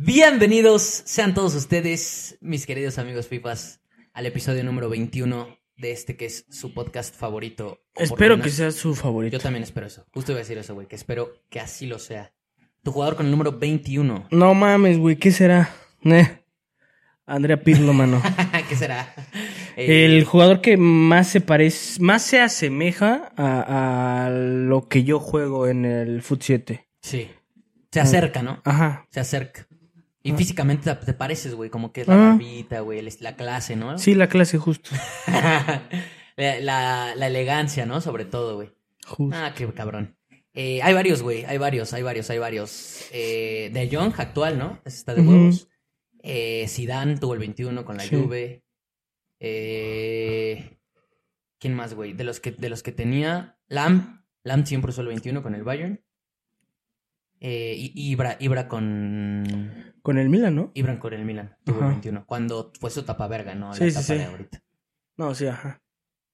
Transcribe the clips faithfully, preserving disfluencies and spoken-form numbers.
Bienvenidos sean todos ustedes, mis queridos amigos FIFAs, al episodio número veintiuno de este que es su podcast favorito. Espero que sea su favorito. Yo también espero eso. Justo iba a decir eso, güey, que espero que así lo sea. Tu jugador con el número veintiuno. No mames, güey, ¿qué será? Eh. Andrea Pirlo, mano. ¿Qué será? Eh... El jugador que más se parece, más se asemeja a, a lo que yo juego en el Fut siete. Sí. Se acerca, ¿no? Ajá. Se acerca. Y físicamente te, te pareces, güey, como que es la barbita, güey, la clase, ¿no? Sí, la clase, justo. la, la, la elegancia, ¿no? Sobre todo, güey. Justo. Ah, qué cabrón. Eh, hay varios, güey, hay varios, hay varios, hay varios. Eh, De Jong, actual, ¿no? Ese está de huevos. Uh-huh. Eh, Zidane tuvo el veintiuno con la sí. Juve. Eh, ¿Quién más, güey? De los que, de los que tenía, Lam. Lam siempre usó el veintiuno con el Bayern. Eh, y Ibra, Ibra con... Con el Milan, ¿no? Ibra con el Milan, tuvo ajá. el veintiuno. Cuando fue su tapa verga, ¿no? La sí, tapa sí, sí. de ahorita. No, sí, ajá.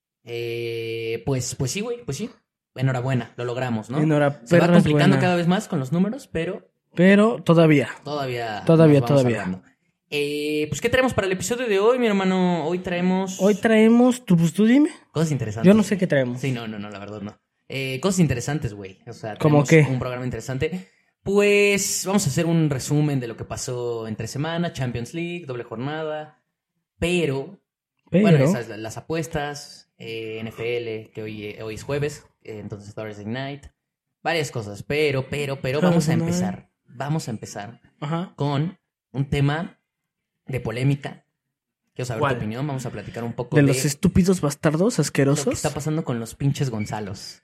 Eh, pues, pues sí, güey, pues sí. Enhorabuena, lo logramos, ¿no? Enhorabuena. Se va complicando buena. Cada vez más con los números, pero... Pero todavía. Todavía. Todavía, todavía. Eh, pues, ¿qué traemos para el episodio de hoy, mi hermano? Hoy traemos... Hoy traemos... ¿Tú, pues, tú dime? Cosas interesantes. Yo no sé qué traemos. Sí, no, no, no, la verdad no. Eh, cosas interesantes, güey. O sea, ¿cómo qué? Un programa interesante. Pues vamos a hacer un resumen de lo que pasó entre semana, Champions League, doble jornada, pero, pero... bueno, esas, las apuestas, eh, N F L, que hoy, hoy es jueves, eh, entonces Thursday Night, varias cosas, pero, pero, pero vamos a empezar, vamos a empezar Ajá. con un tema de polémica. Quiero saber ¿cuál? Tu opinión, vamos a platicar un poco de... de... los estúpidos bastardos asquerosos. Lo que está pasando con los pinches Gonzalos.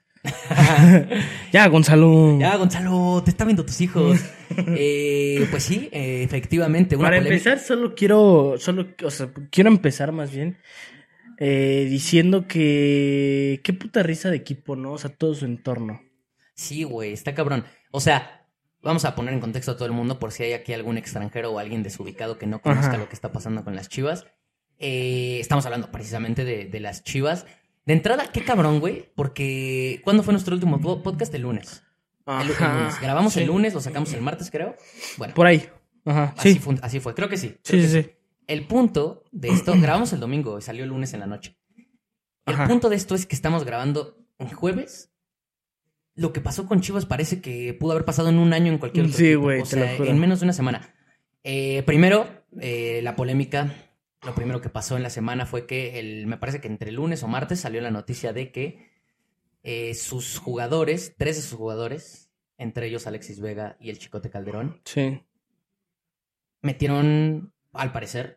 Ya, Gonzalo. Ya, Gonzalo, te están viendo tus hijos. eh, pues sí, eh, efectivamente. Una Para polémica. empezar, solo quiero, solo, o sea, quiero empezar más bien eh, diciendo que qué puta risa de equipo, ¿no? O sea, todo su entorno. Sí, güey, está cabrón. O sea, vamos a poner en contexto a todo el mundo por si hay aquí algún extranjero o alguien desubicado que no conozca Ajá. lo que está pasando con las Chivas. Eh, estamos hablando precisamente de, de las Chivas. De entrada, qué cabrón, güey, porque... ¿cuándo fue nuestro último podcast? El lunes. El, el lunes. Grabamos sí. el lunes, lo sacamos el martes, creo. Bueno. Por ahí. Ajá, así sí. Fue, así fue, creo que sí. Sí, Creo que sí, sí, sí. El punto de esto... grabamos el domingo y salió el lunes en la noche. El Ajá. punto de esto es que estamos grabando en jueves. Lo que pasó con Chivas parece que pudo haber pasado en un año en cualquier otro Sí, güey, o te sea, lo juro. En menos de una semana. Eh, primero, eh, la polémica... Lo primero que pasó en la semana fue que, el, me parece que entre lunes o martes salió la noticia de que eh, sus jugadores, tres de sus jugadores, entre ellos Alexis Vega y el Chicote Calderón, sí. metieron, al parecer,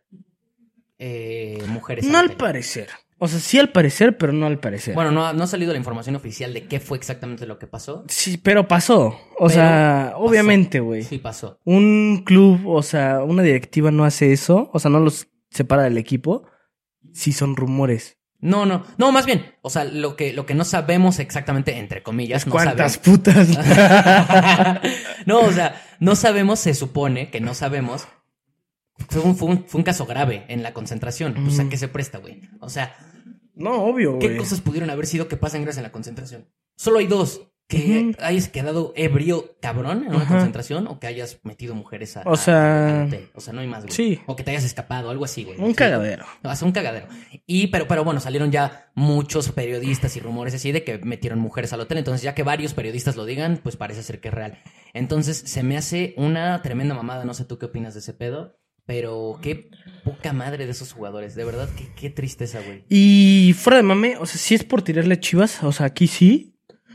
eh, mujeres. No al parecer. O sea, sí al parecer, pero no al parecer. Bueno, no, no ha salido la información oficial de qué fue exactamente lo que pasó. Sí, pero pasó. O pero sea, pasó. Obviamente, güey. Sí pasó. Un club, o sea, una directiva no hace eso. O sea, no los... separa del equipo, si son rumores. No, no, no, más bien, o sea, lo que, lo que no sabemos exactamente, entre comillas, no ¿cuántas sabemos. putas? No, o sea, no sabemos, se supone que no sabemos. Fue un, fue un, fue un caso grave en la concentración. Mm. Pues, ¿a qué se presta, güey? O sea... No, obvio, ¿Qué güey. cosas pudieron haber sido que pasan gracias a la concentración? Solo hay dos. Que uh-huh. hayas quedado ebrio cabrón en una uh-huh. concentración o que hayas metido mujeres a, o sea... a, a hotel. O sea, no hay más, güey. Sí. O que te hayas escapado, algo así, güey. Un sí, cagadero. No, es un cagadero. Y, pero, pero bueno, salieron ya muchos periodistas y rumores así de que metieron mujeres al hotel. Entonces, ya que varios periodistas lo digan, pues parece ser que es real. Entonces, se me hace una tremenda mamada. No sé tú qué opinas de ese pedo. Pero qué poca madre de esos jugadores. De verdad, qué, qué tristeza, güey. Y fuera de mame, o sea, si es por tirarle Chivas, o sea, aquí sí.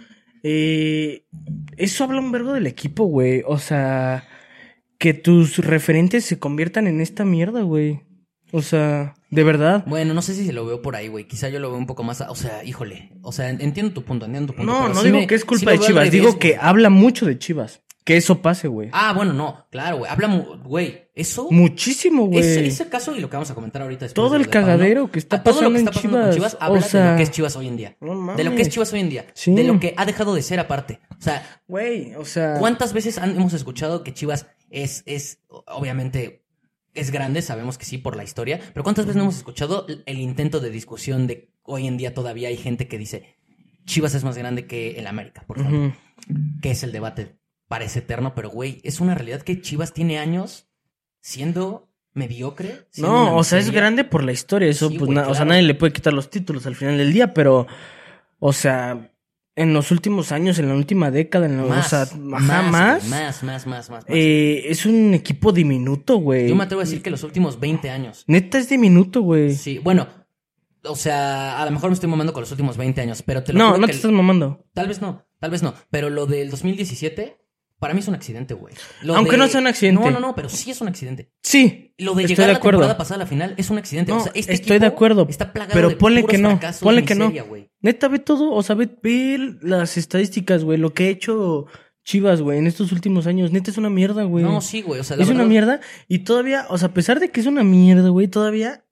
Eh, eso habla un vergo del equipo, güey. O sea, que tus referentes se conviertan en esta mierda, güey. O sea, de verdad. Bueno, no sé si se lo veo por ahí, güey. Quizá yo lo veo un poco más... A... O sea, híjole. O sea, entiendo tu punto, entiendo tu punto. No, pero no sí digo me, que es culpa sí de Chivas. revés, digo que güey. habla mucho de Chivas. Que eso pase, güey. Ah, bueno, no. Claro, güey. Habla... Mu... Güey, eso... Muchísimo, güey. Ese, ese caso y lo que vamos a comentar ahorita después todo de el cagadero Pablo, que está todo pasando, lo que está en pasando Chivas. con Chivas habla o sea... de lo que es Chivas hoy en día. No mames. De lo que es Chivas hoy en día. Sí. De lo que ha dejado de ser aparte. O sea... Güey, o sea... ¿Cuántas veces han, hemos escuchado que Chivas es... es obviamente... Es grande, sabemos que sí, por la historia. Pero ¿cuántas veces no hemos escuchado el intento de discusión de hoy en día todavía hay gente que dice Chivas es más grande que el América, por ejemplo? Uh-huh. Que es el debate, parece eterno, pero güey, es una realidad que Chivas tiene años siendo mediocre. Siendo no, o sea, es grande por la historia. Eso, sí, pues, wey, na- claro. O sea, nadie le puede quitar los títulos al final del día, pero, o sea, en los últimos años, en la última década, en la, más, o sea, ajá, más, más, más, más, más, más. Eh, es un equipo diminuto, güey. Yo me atrevo a decir que los últimos veinte años. Neta es diminuto, güey. Sí, bueno, o sea, a lo mejor me estoy mamando con los últimos veinte años, pero te lo No, juro no que te estás mamando. Tal vez no, tal vez no, pero lo del dos mil diecisiete... Para mí es un accidente, güey. Aunque de... no sea un accidente. No, no, no, pero sí es un accidente. Sí. Lo de estoy llegar de a la acuerdo. temporada pasada a la final es un accidente. No, o sea, este estoy de acuerdo. Está plagado pero de ponle puros que no. fracasos, Ponle que miseria, no. Wey. Neta, ve todo. O sea, ve, ve las estadísticas, güey. Lo que ha hecho Chivas, güey, en estos últimos años. Neta es una mierda, güey. No, sí, güey. O sea, la es verdad... una mierda. Y todavía, o sea, a pesar de que es una mierda, güey, todavía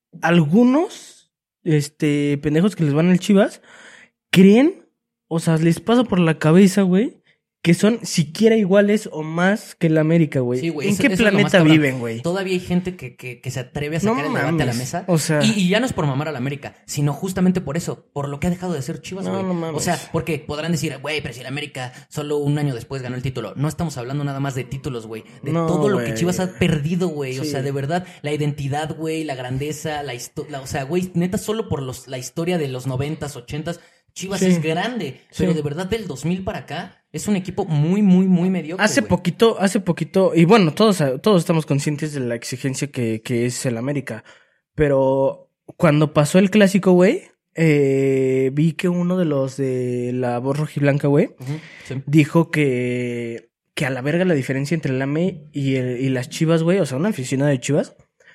algunos, este, pendejos que les van al Chivas, creen, o sea, les pasa por la cabeza, güey, que son siquiera iguales o más que el América, güey. Sí, güey. ¿En eso, qué eso planeta viven, güey? Todavía hay gente que, que, que se atreve a sacar no el debate mames. a la mesa. O sea... Y, y ya no es por mamar al América, sino justamente por eso, por lo que ha dejado de ser Chivas, güey. No, no mames. O sea, porque podrán decir, güey, pero si el América solo un año después ganó el título. No estamos hablando nada más de títulos, güey. De no, todo lo wey. que Chivas ha perdido, güey. Sí. O sea, de verdad, la identidad, güey, la grandeza, la historia. O sea, güey, neta, solo por los, la historia de los noventas, ochentas. Chivas sí. es grande, pero sí. de verdad del dos mil para acá es un equipo muy, muy, muy mediocre. Hace wey. poquito, hace poquito, y bueno, todos, todos estamos conscientes de la exigencia que, que es el América, pero cuando pasó el clásico, güey, eh, vi que uno de los de la voz rojiblanca, güey, uh-huh, sí. dijo que, que a la verga la diferencia entre el A M E y, el, y las Chivas, güey, o sea, una aficionada de Chivas,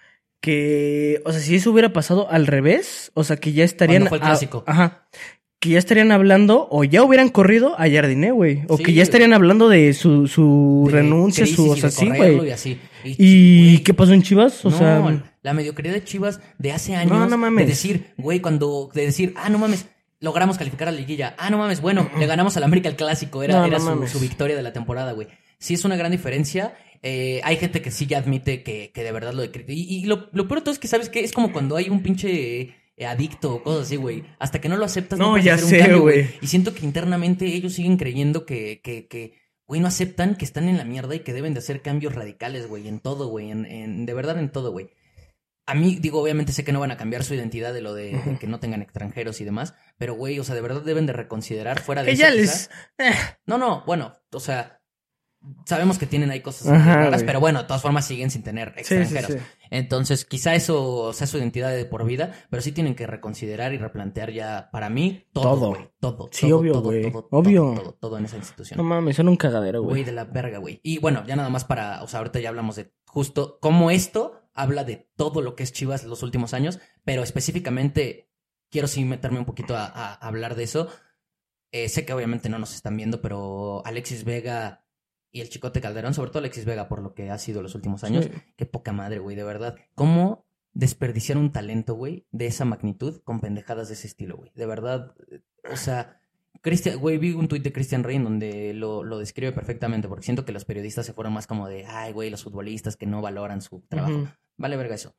que, o sea, si eso hubiera pasado al revés, o sea, que ya estarían... Cuando fue el clásico. A, ajá. Que ya estarían hablando, o ya hubieran corrido a Jardiné, güey. O sí, que ya estarían hablando de su, su de renuncia, su... O sea, sí, güey. Y, así. y, ¿Y qué pasó en Chivas? O no, sea... la mediocridad de Chivas de hace años... No, no mames. De decir, güey, cuando... De decir, ah, no mames, logramos calificar a la liguilla. Ah, no mames, bueno, le ganamos al América el clásico. Era, no, era no su, su victoria de la temporada, güey. Sí es una gran diferencia. Eh, hay gente que sí ya admite que, que de verdad lo de... Y, y lo, lo peor de todo es que, ¿sabes qué? Es como cuando hay un pinche... adicto o cosas así, güey. Hasta que no lo aceptas, no, no puedes ya hacer sé, un cambio, güey. Y siento que internamente ellos siguen creyendo que, que, que, güey, no aceptan que están en la mierda y que deben de hacer cambios radicales, güey, en todo, güey, en, en, de verdad en todo, güey. A mí, digo, obviamente sé que no van a cambiar su identidad de lo de, uh-huh. de que no tengan extranjeros y demás, pero, güey, o sea, de verdad deben de reconsiderar fuera de que eso. ya les... Eh. No, no, bueno, o sea... Sabemos que tienen ahí cosas Ajá, raras, güey. Pero bueno, de todas formas siguen sin tener extranjeros. Sí, sí, sí. Entonces, quizá eso sea su identidad de por vida, pero sí tienen que reconsiderar y replantear ya, para mí, todo, güey. Todo. todo. Sí, todo, obvio, güey. Todo, obvio. Todo, todo, todo en esa institución. No mames, son un cagadero, güey. Güey, de la verga, güey. Y bueno, ya nada más para, o sea, ahorita ya hablamos de justo cómo esto habla de todo lo que es Chivas los últimos años, pero específicamente quiero sí meterme un poquito a, a, a hablar de eso. Eh, sé que obviamente no nos están viendo, pero Alexis Vega... Y el Chicote Calderón, sobre todo Alexis Vega, por lo que ha sido los últimos años. Sí. Qué poca madre, güey, de verdad. ¿Cómo desperdiciar un talento, güey, de esa magnitud con pendejadas de ese estilo, güey? De verdad, o sea... Cristian, güey, vi un tuit de Cristian Rey en donde lo, lo describe perfectamente, porque siento que los periodistas se fueron más como de, ay, güey, los futbolistas que no valoran su trabajo. Uh-huh. Vale verga eso.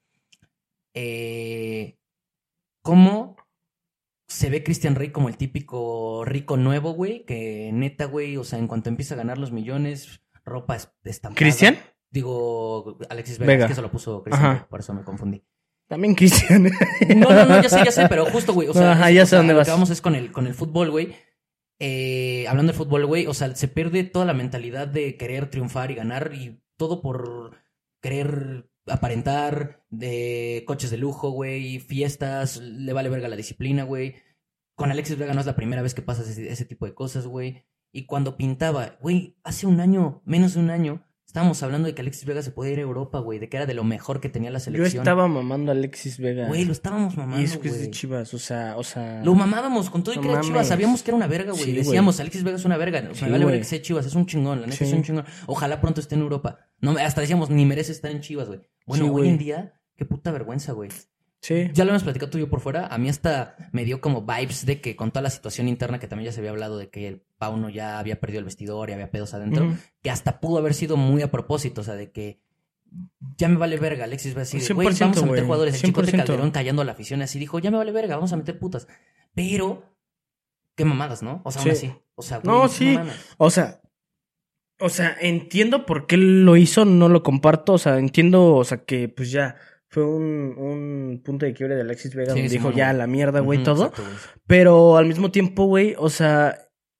Eh, ¿Cómo... Se ve Cristian Rey como el típico rico nuevo, güey, que neta, güey, o sea, en cuanto empieza a ganar los millones, ropa estampada. ¿Cristian? Digo, Alexis Vega, Vega. Es que se lo puso Cristian Rey, por eso me confundí. También Cristian. No, no, no, ya sé, ya sé, pero justo, güey, o sea, Ajá, es, ya o sé sea, dónde lo vas. que vamos es con el, con el fútbol, güey. Eh, hablando de fútbol, güey, o sea, se pierde toda la mentalidad de querer triunfar y ganar y todo por querer aparentar, de coches de lujo, güey, fiestas, le vale verga la disciplina, güey. Con Alexis Vega no es la primera vez que pasa ese, ese tipo de cosas, güey. Y cuando pintaba, güey, hace un año, menos de un año, estábamos hablando de que Alexis Vega se podía ir a Europa, güey, de que era de lo mejor que tenía la selección. Yo estaba mamando a Alexis Vega. Güey, lo estábamos mamando, güey. Y es que es de Chivas, o sea, o sea... Lo mamábamos con todo y no que era mames. Chivas, sabíamos que era una verga, güey. Sí, Decíamos, Alexis Vega es una verga, o sea, sí, me vale verga que sea Chivas, es un chingón, la neta sí. es un chingón. Ojalá pronto esté en Europa. No, hasta decíamos, ni merece estar en Chivas, güey. Bueno, sí, hoy en día, qué puta vergüenza, güey. Sí. Ya lo hemos platicado tú y yo por fuera. A mí hasta me dio como vibes de que con toda la situación interna que también ya se había hablado de que el Pauno ya había perdido el vestidor y había pedos adentro, uh-huh. que hasta pudo haber sido muy a propósito, o sea, de que ya me vale verga. Alexis va a decir, güey, vamos a meter wey. jugadores. El Chicote Calderón callando a la afición así dijo, ya me vale verga, vamos a meter putas. Pero, qué mamadas, ¿no? O sea, sí. aún así. O sea, güey, no, sí. Mamadas. O sea, O sea, entiendo por qué lo hizo, no lo comparto. O sea, entiendo, o sea, que pues ya fue un, un punto de quiebre de Alexis Vega, Sí, donde sí, dijo bueno, ya güey. la mierda, güey, Ujú, todo. exacto, güey. Pero al mismo tiempo, güey, o sea,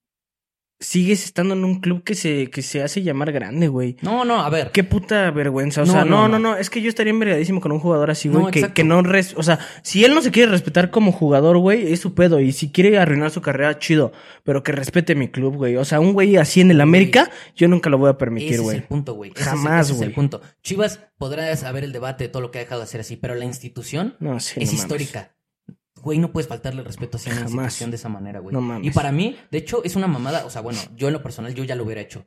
sigues estando en un club que se, que se hace llamar grande, güey. No, no, a ver. Qué puta vergüenza. O No, sea, no, no, no, no. no. Es que yo estaría envergadísimo con un jugador así, güey. No, que, exacto. que no res... O sea, si él no se quiere respetar como jugador, güey, es su pedo. Y si quiere arruinar su carrera, chido. Pero que respete mi club, güey. O sea, un güey así en el América, yo nunca lo voy a permitir, Ese güey. es el punto, güey. Ese es- Jamás, ese es el güey. punto. Chivas podrá saber el debate de todo lo que ha dejado de hacer así, pero la institución No, sí, es no mames. histórica. Güey, no puedes faltarle el respeto hacia una Jamás. institución de esa manera, güey. No mames. Y para mí, de hecho, es una mamada. O sea, bueno, yo en lo personal, yo ya lo hubiera hecho.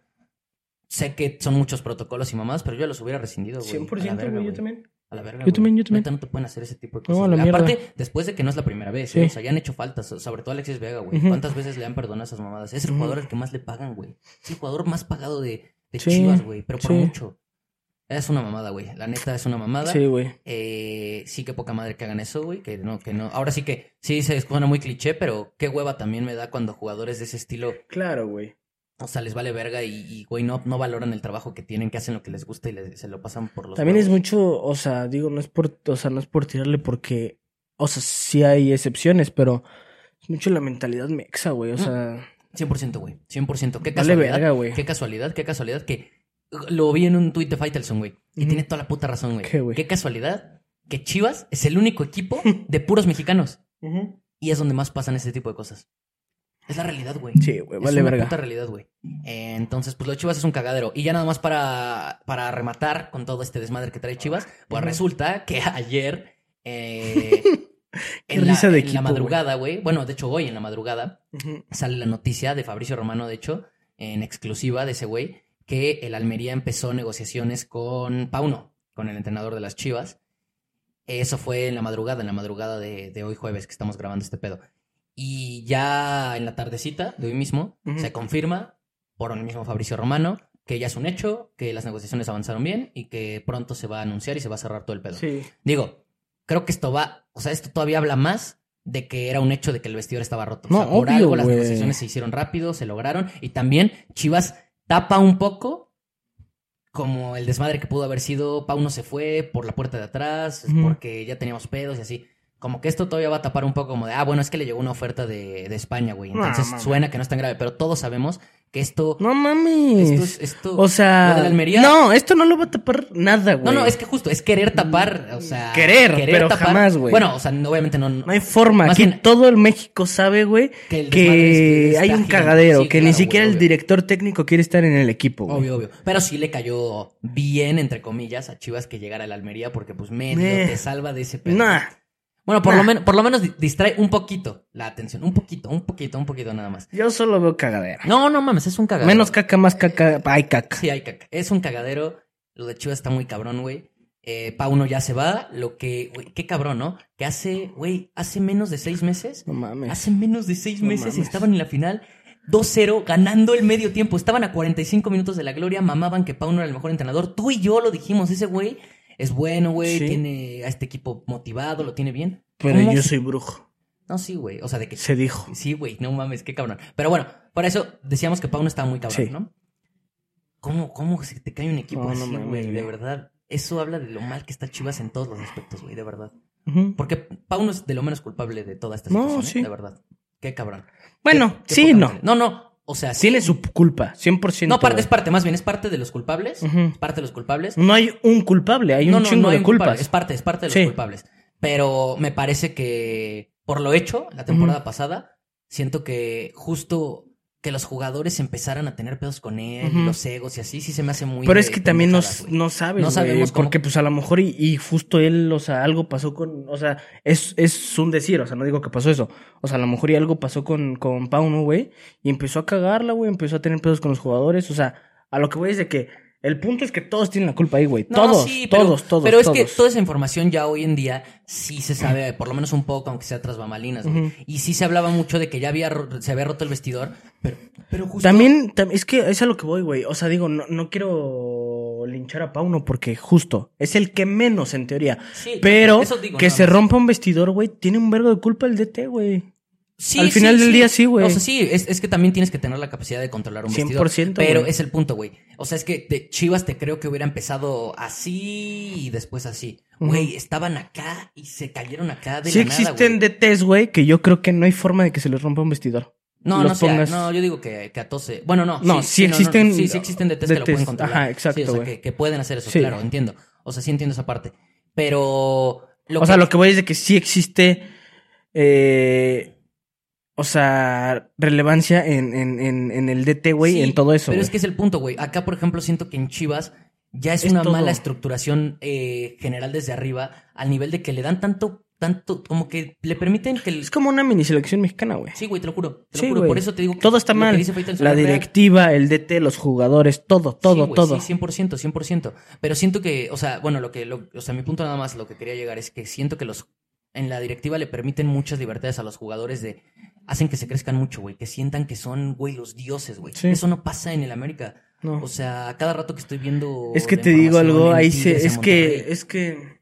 Sé que son muchos protocolos y mamadas, pero yo ya los hubiera rescindido, güey. cien por A la ciento, verga, güey, yo también. A la verga, Yo güey. también, yo también. Neta, no te pueden hacer ese tipo de No, cosas. a la güey. mierda. Aparte, después de que no es la primera vez, Sí. ¿eh? O sea, ya han hecho faltas, sobre todo Alexis Vega, güey. Ujú. ¿Cuántas veces le han perdonado esas mamadas? Es el Ujú. jugador al que más le pagan, güey. Es el jugador más pagado de, de Sí, Chivas, güey. Pero por sí. mucho. Es una mamada, güey. La neta es una mamada. Sí, güey. Eh, sí, que poca madre que hagan eso, güey. Que no, que no. Ahora sí que sí se suena muy cliché, pero qué hueva también me da cuando jugadores de ese estilo, Claro, güey. o sea, les vale verga y, y, güey, no, no valoran el trabajo que tienen, que hacen lo que les gusta y les- se lo pasan por los También es huevos. mucho, o sea, digo, no es por, o sea, no es por tirarle porque, o sea, sí hay excepciones, pero es mucho la mentalidad mexa, güey, o sea, cien por ciento, güey. cien por ciento. Qué Vale casualidad. verga, güey. Qué casualidad, qué casualidad que lo vi en un tuit de Faitelson, güey. Y Ujú. tiene toda la puta razón, güey. ¿Qué, güey? Qué casualidad que Chivas es el único equipo de puros mexicanos. Y es donde más pasan ese tipo de cosas. Es la realidad, güey. sí, güey, Es vale una verga. puta realidad, güey. Eh, entonces, pues lo de Chivas es un cagadero. Y ya nada más para, para rematar con todo este desmadre que trae Chivas, pues Ujú. resulta que ayer, eh, Qué en, la, risa de en la equipo, madrugada, güey, bueno, de hecho hoy en la madrugada, Ujú. sale la noticia de Fabricio Romano, de hecho, en exclusiva de ese güey, que el Almería empezó negociaciones con Pauno, con el entrenador de las Chivas. Eso fue en la madrugada, en la madrugada de, de hoy jueves que estamos grabando este pedo. Y ya en la tardecita de hoy mismo Ujú. se confirma por el mismo Fabricio Romano que ya es un hecho, que las negociaciones avanzaron bien y que pronto se va a anunciar y se va a cerrar todo el pedo. Sí. Digo, creo que esto va, o sea, esto todavía habla más de que era un hecho de que el vestidor estaba roto. No, o sea, por obvio, algo las güey. negociaciones se hicieron rápido, se lograron y también Chivas tapa un poco como el desmadre que pudo haber sido. Pauno se fue por la puerta de atrás Ujú. porque ya teníamos pedos y así. Como que esto todavía va a tapar un poco como de, ah, bueno, es que le llegó una oferta de, de España, güey. No, Entonces mames. suena que no es tan grave, pero todos sabemos que esto... No mames. Esto es- esto- o sea, lo de la Almería- no, esto no lo va a tapar nada, güey. No, no, es que justo, es querer tapar, o sea... Querer, pero jamás, güey. Bueno, o sea, no- obviamente no... No hay forma. Más Aquí bien- todo el México sabe, güey, Que el que, desmadre es- hay está un gigante. cagadero, Sí, que claro, ni siquiera güey, el obvio. director técnico quiere estar en el equipo, güey. Obvio, obvio. Pero sí le cayó bien, entre comillas, a Chivas que llegara a la Almería porque pues medio Eh. te salva de ese pedo. Nah. Bueno, por, Nah. lo menos, por lo menos di- distrae un poquito la atención. Un poquito, un poquito, un poquito nada más. Yo solo veo cagadera. No, no mames, es un cagadero. Menos caca, más caca. Hay caca. Sí, hay caca. Es un cagadero. Lo de Chivas está muy cabrón, güey. Eh, Pauno ya se va. Lo que, güey, qué cabrón, ¿no? Que hace, güey, hace menos de seis meses. No mames. Hace menos de seis No meses mames. estaban en la final dos cero, ganando el medio tiempo. Estaban a cuarenta y cinco minutos de la gloria, mamaban que Pauno era el mejor entrenador. Tú y yo lo dijimos, ese güey es bueno, güey, Sí. tiene a este equipo motivado, lo tiene bien. Pero ¿Cómo yo se- soy brujo. No, sí, güey, o sea, de que... Se dijo. Sí, güey, no mames, qué cabrón. Pero bueno, por eso decíamos que Pauno estaba muy cabrón, Sí. ¿no? ¿Cómo, cómo se te cae un equipo No, no así, mames, güey? güey. De verdad. Eso habla de lo mal que está Chivas en todos los aspectos, güey, de verdad. Ujú. Porque Pauno es de lo menos culpable de toda esta No, situación, ¿eh? sí. De verdad. Qué cabrón. Bueno, Qué- qué sí, poca no. madre. No, no. O sea, sí. Tiene su culpa, cien por ciento. No, parte, güey. es parte, más bien, es parte de los culpables. Ujú. Es parte de los culpables. No hay un culpable, hay no, un no, chingo no hay de un culpable, culpas. Es parte, es parte de los Sí. culpables. Pero me parece que, por lo hecho, la temporada pasada, siento que justo que los jugadores empezaran a tener pedos con él, Ujú. y los egos y así, sí se me hace muy... Pero de es que también no, pendejadas, güey. no sabes, No güey, sabemos cómo- porque pues a lo mejor y, y justo él, o sea, algo pasó con, o sea, es, es un decir, o sea, no digo que pasó eso, o sea, a lo mejor y algo pasó con, con Pauno, güey, y empezó a cagarla, güey, empezó a tener pedos con los jugadores, o sea, a lo que voy es de que el punto es que todos tienen la culpa ahí, güey, No, todos, sí, pero, todos, todos, Pero es todos. que toda esa información ya hoy en día sí se sabe, por lo menos un poco, aunque sea tras bambalinas, güey. Ujú. Y sí se hablaba mucho de que ya había ro- se había roto el vestidor, pero, pero justo... También, tam- es que es a lo que voy, güey. O sea, digo, no, no quiero linchar a Pauno porque justo es el que menos en teoría. Sí, Pero eso digo, que nada se más. rompa un vestidor, güey, tiene un vergo de culpa el D T, güey. Sí, Al final sí, del sí. día sí, güey. O sea, sí, es, es que también tienes que tener la capacidad de controlar un cien vestidor. por ciento, Pero güey. es el punto, güey. O sea, es que de Chivas te creo que hubiera empezado así y después así. Güey, uh-huh. Estaban acá y se cayeron acá de sí la nada, güey. Sí existen D Ts, güey, que yo creo que no hay forma de que se les rompa un vestidor. No, no, pongas... sea, no, yo digo que, que a tose. Bueno, no. No, sí, sí existen. No, no, sí, sí existen D Ts que lo pueden controlar. Ajá, exacto. Sí, o sea, que, que pueden hacer eso, sí. Claro, entiendo. O sea, sí entiendo esa parte. Pero. Lo o que... sea, lo que voy es de que sí existe. Eh. O sea, relevancia en, en, en, en el D T, güey, sí, en todo eso. Pero wey. Es que es el punto, güey. Acá, por ejemplo, siento que en Chivas ya es, es una todo. mala estructuración eh, general desde arriba, al nivel de que le dan tanto, tanto, como que le permiten que... El... Es como una mini selección mexicana, güey. Sí, güey, te lo juro. Te sí, lo juro. Wey. Por eso te digo que... Todo está mal. La directiva, el D T, los jugadores, todo, todo, sí, wey, todo. Sí, cien por ciento, cien por ciento. Pero siento que, o sea, bueno, lo que, lo, o sea, mi punto nada más, lo que quería llegar es que siento que los... En la directiva le permiten muchas libertades a los jugadores de... Hacen que se crezcan mucho, güey. Que sientan que son, güey, los dioses, güey. Sí. Eso no pasa en el América. No. O sea, cada rato que estoy viendo... Es que te digo algo, ahí se... Es que... Es que...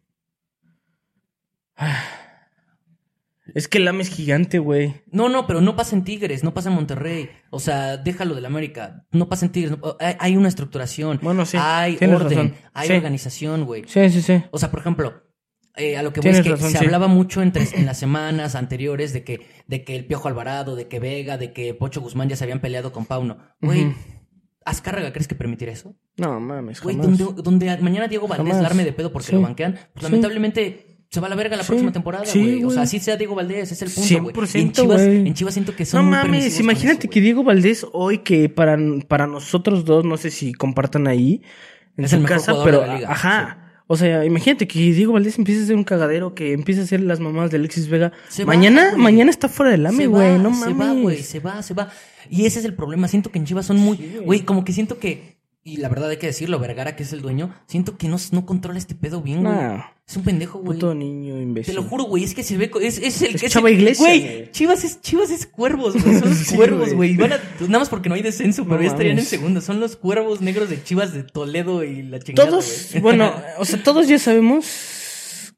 Es que el A M E es gigante, güey. No, no, pero no pasa en Tigres, no pasa en Monterrey. O sea, déjalo del América. No pasa en Tigres. No, hay, hay una estructuración. Bueno, sí. Hay Tienes orden. Razón. Hay sí. organización, güey. Sí, sí, sí. O sea, por ejemplo... Eh, a lo que voy Tienes es que razón, se sí. hablaba mucho entre, en las semanas anteriores de que, de que el Piojo Alvarado, de que Vega, de que Pocho Guzmán ya se habían peleado con Pauno. Güey, uh-huh. ¿Azcárraga crees que permitirá eso? No, mames, Güey, donde, donde mañana Diego Valdés jamás. Larme de pedo porque sí. lo banquean, pues sí. lamentablemente se va a la verga la sí. próxima temporada, güey. Sí, o sea, así sea Diego Valdés, es el punto, güey. En Chivas, en Chivas siento que son No muy mames, imagínate eso, que Diego Valdés hoy, que para, para nosotros dos, no sé si compartan ahí en es su el mejor casa, pero de la liga. Ajá. Sí. O sea, imagínate que Diego Valdés empiece a hacer un cagadero, que empiece a hacer las mamadas de Alexis Vega. Se mañana, va, mañana está fuera del A M E, güey. No mames. Se va, güey, se va, se va. Y ese es el problema. Siento que en Chivas son muy... Güey, sí, como que siento que... Y la verdad hay que decirlo, Vergara, que es el dueño, siento que no, no controla este pedo bien, güey. Nah, es un pendejo, güey. Puto niño imbécil. Te lo juro, güey, es que se ve... Es, es el... Es, es Chava Iglesias, güey. Chivas es, Chivas es cuervos, güey. Son los sí, cuervos, güey. Nada más porque no hay descenso, pero no, ya estarían en segundo. Son los cuervos negros de Chivas de Toledo y la chingada, Todos, güey. Bueno, o sea, todos ya sabemos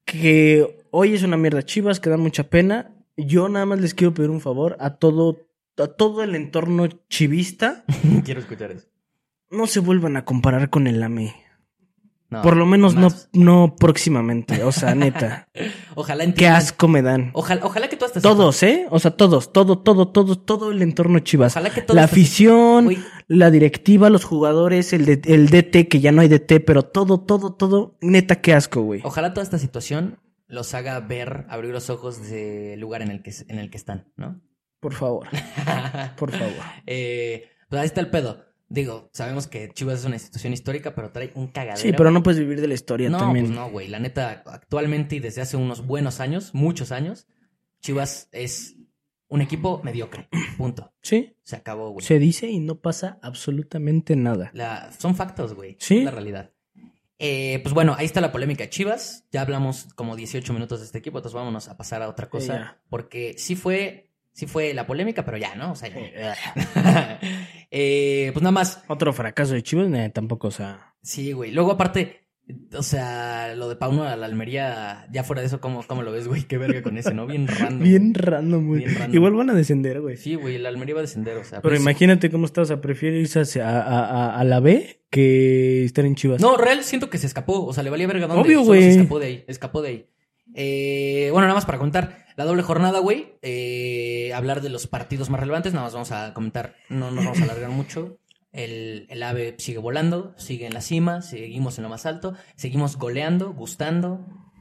que hoy es una mierda Chivas, que dan mucha pena. Yo nada más les quiero pedir un favor a todo, a todo el entorno chivista. Quiero escuchar eso. No se vuelvan a comparar con el A M E. No, Por lo menos no, no próximamente. O sea, neta. Ojalá entiendan. Qué asco me dan. Ojalá, ojalá que tú hasta Todos, ¿eh? O sea, todos, todo, todo, todo, todo el entorno Chivas. Ojalá que todos La afición, hasta... la directiva, los jugadores, el, de, el D T, que ya no hay D T, pero todo, todo, todo. Neta, qué asco, güey. Ojalá toda esta situación los haga ver, abrir los ojos del lugar en el que, en el que están, ¿no? Por favor. Por favor. eh, pues ahí está el pedo. Digo, sabemos que Chivas es una institución histórica, pero trae un cagadero. Sí, pero no puedes vivir de la historia no, también. Pues no, güey. La neta, actualmente y desde hace unos buenos años, muchos años, Chivas es un equipo mediocre. Punto. Sí. Se acabó, güey. Se dice y no pasa absolutamente nada. La... Son factos, güey. Sí. Es la realidad. Eh, pues bueno, ahí está la polémica de Chivas. Ya hablamos como dieciocho minutos de este equipo, entonces vámonos a pasar a otra cosa. Yeah. Porque sí fue... Sí fue la polémica, pero ya, ¿no? O sea, ya. eh, pues nada más. Otro fracaso de Chivas, eh, tampoco, o sea. Sí, güey. Luego, aparte, o sea, lo de Pauno a la Almería, ya fuera de eso, ¿cómo, cómo lo ves, güey? Qué verga con ese, ¿no? Bien random. Bien random, güey. Igual van a descender, güey. Sí, güey, la Almería va a descender, o sea. Pero pues, imagínate cómo está, o sea, prefiere irse hacia, a, a, a la B que estar en Chivas. No, real, siento que se escapó, o sea, le valía verga dónde. Obvio, Solo güey. se escapó de ahí, escapó de ahí. Eh, bueno, nada más para contar la doble jornada, güey. Eh, hablar de los partidos más relevantes. Nada más vamos a comentar. No nos vamos a alargar mucho. El, el AVE sigue volando, sigue en la cima, seguimos en lo más alto, seguimos goleando, gustando.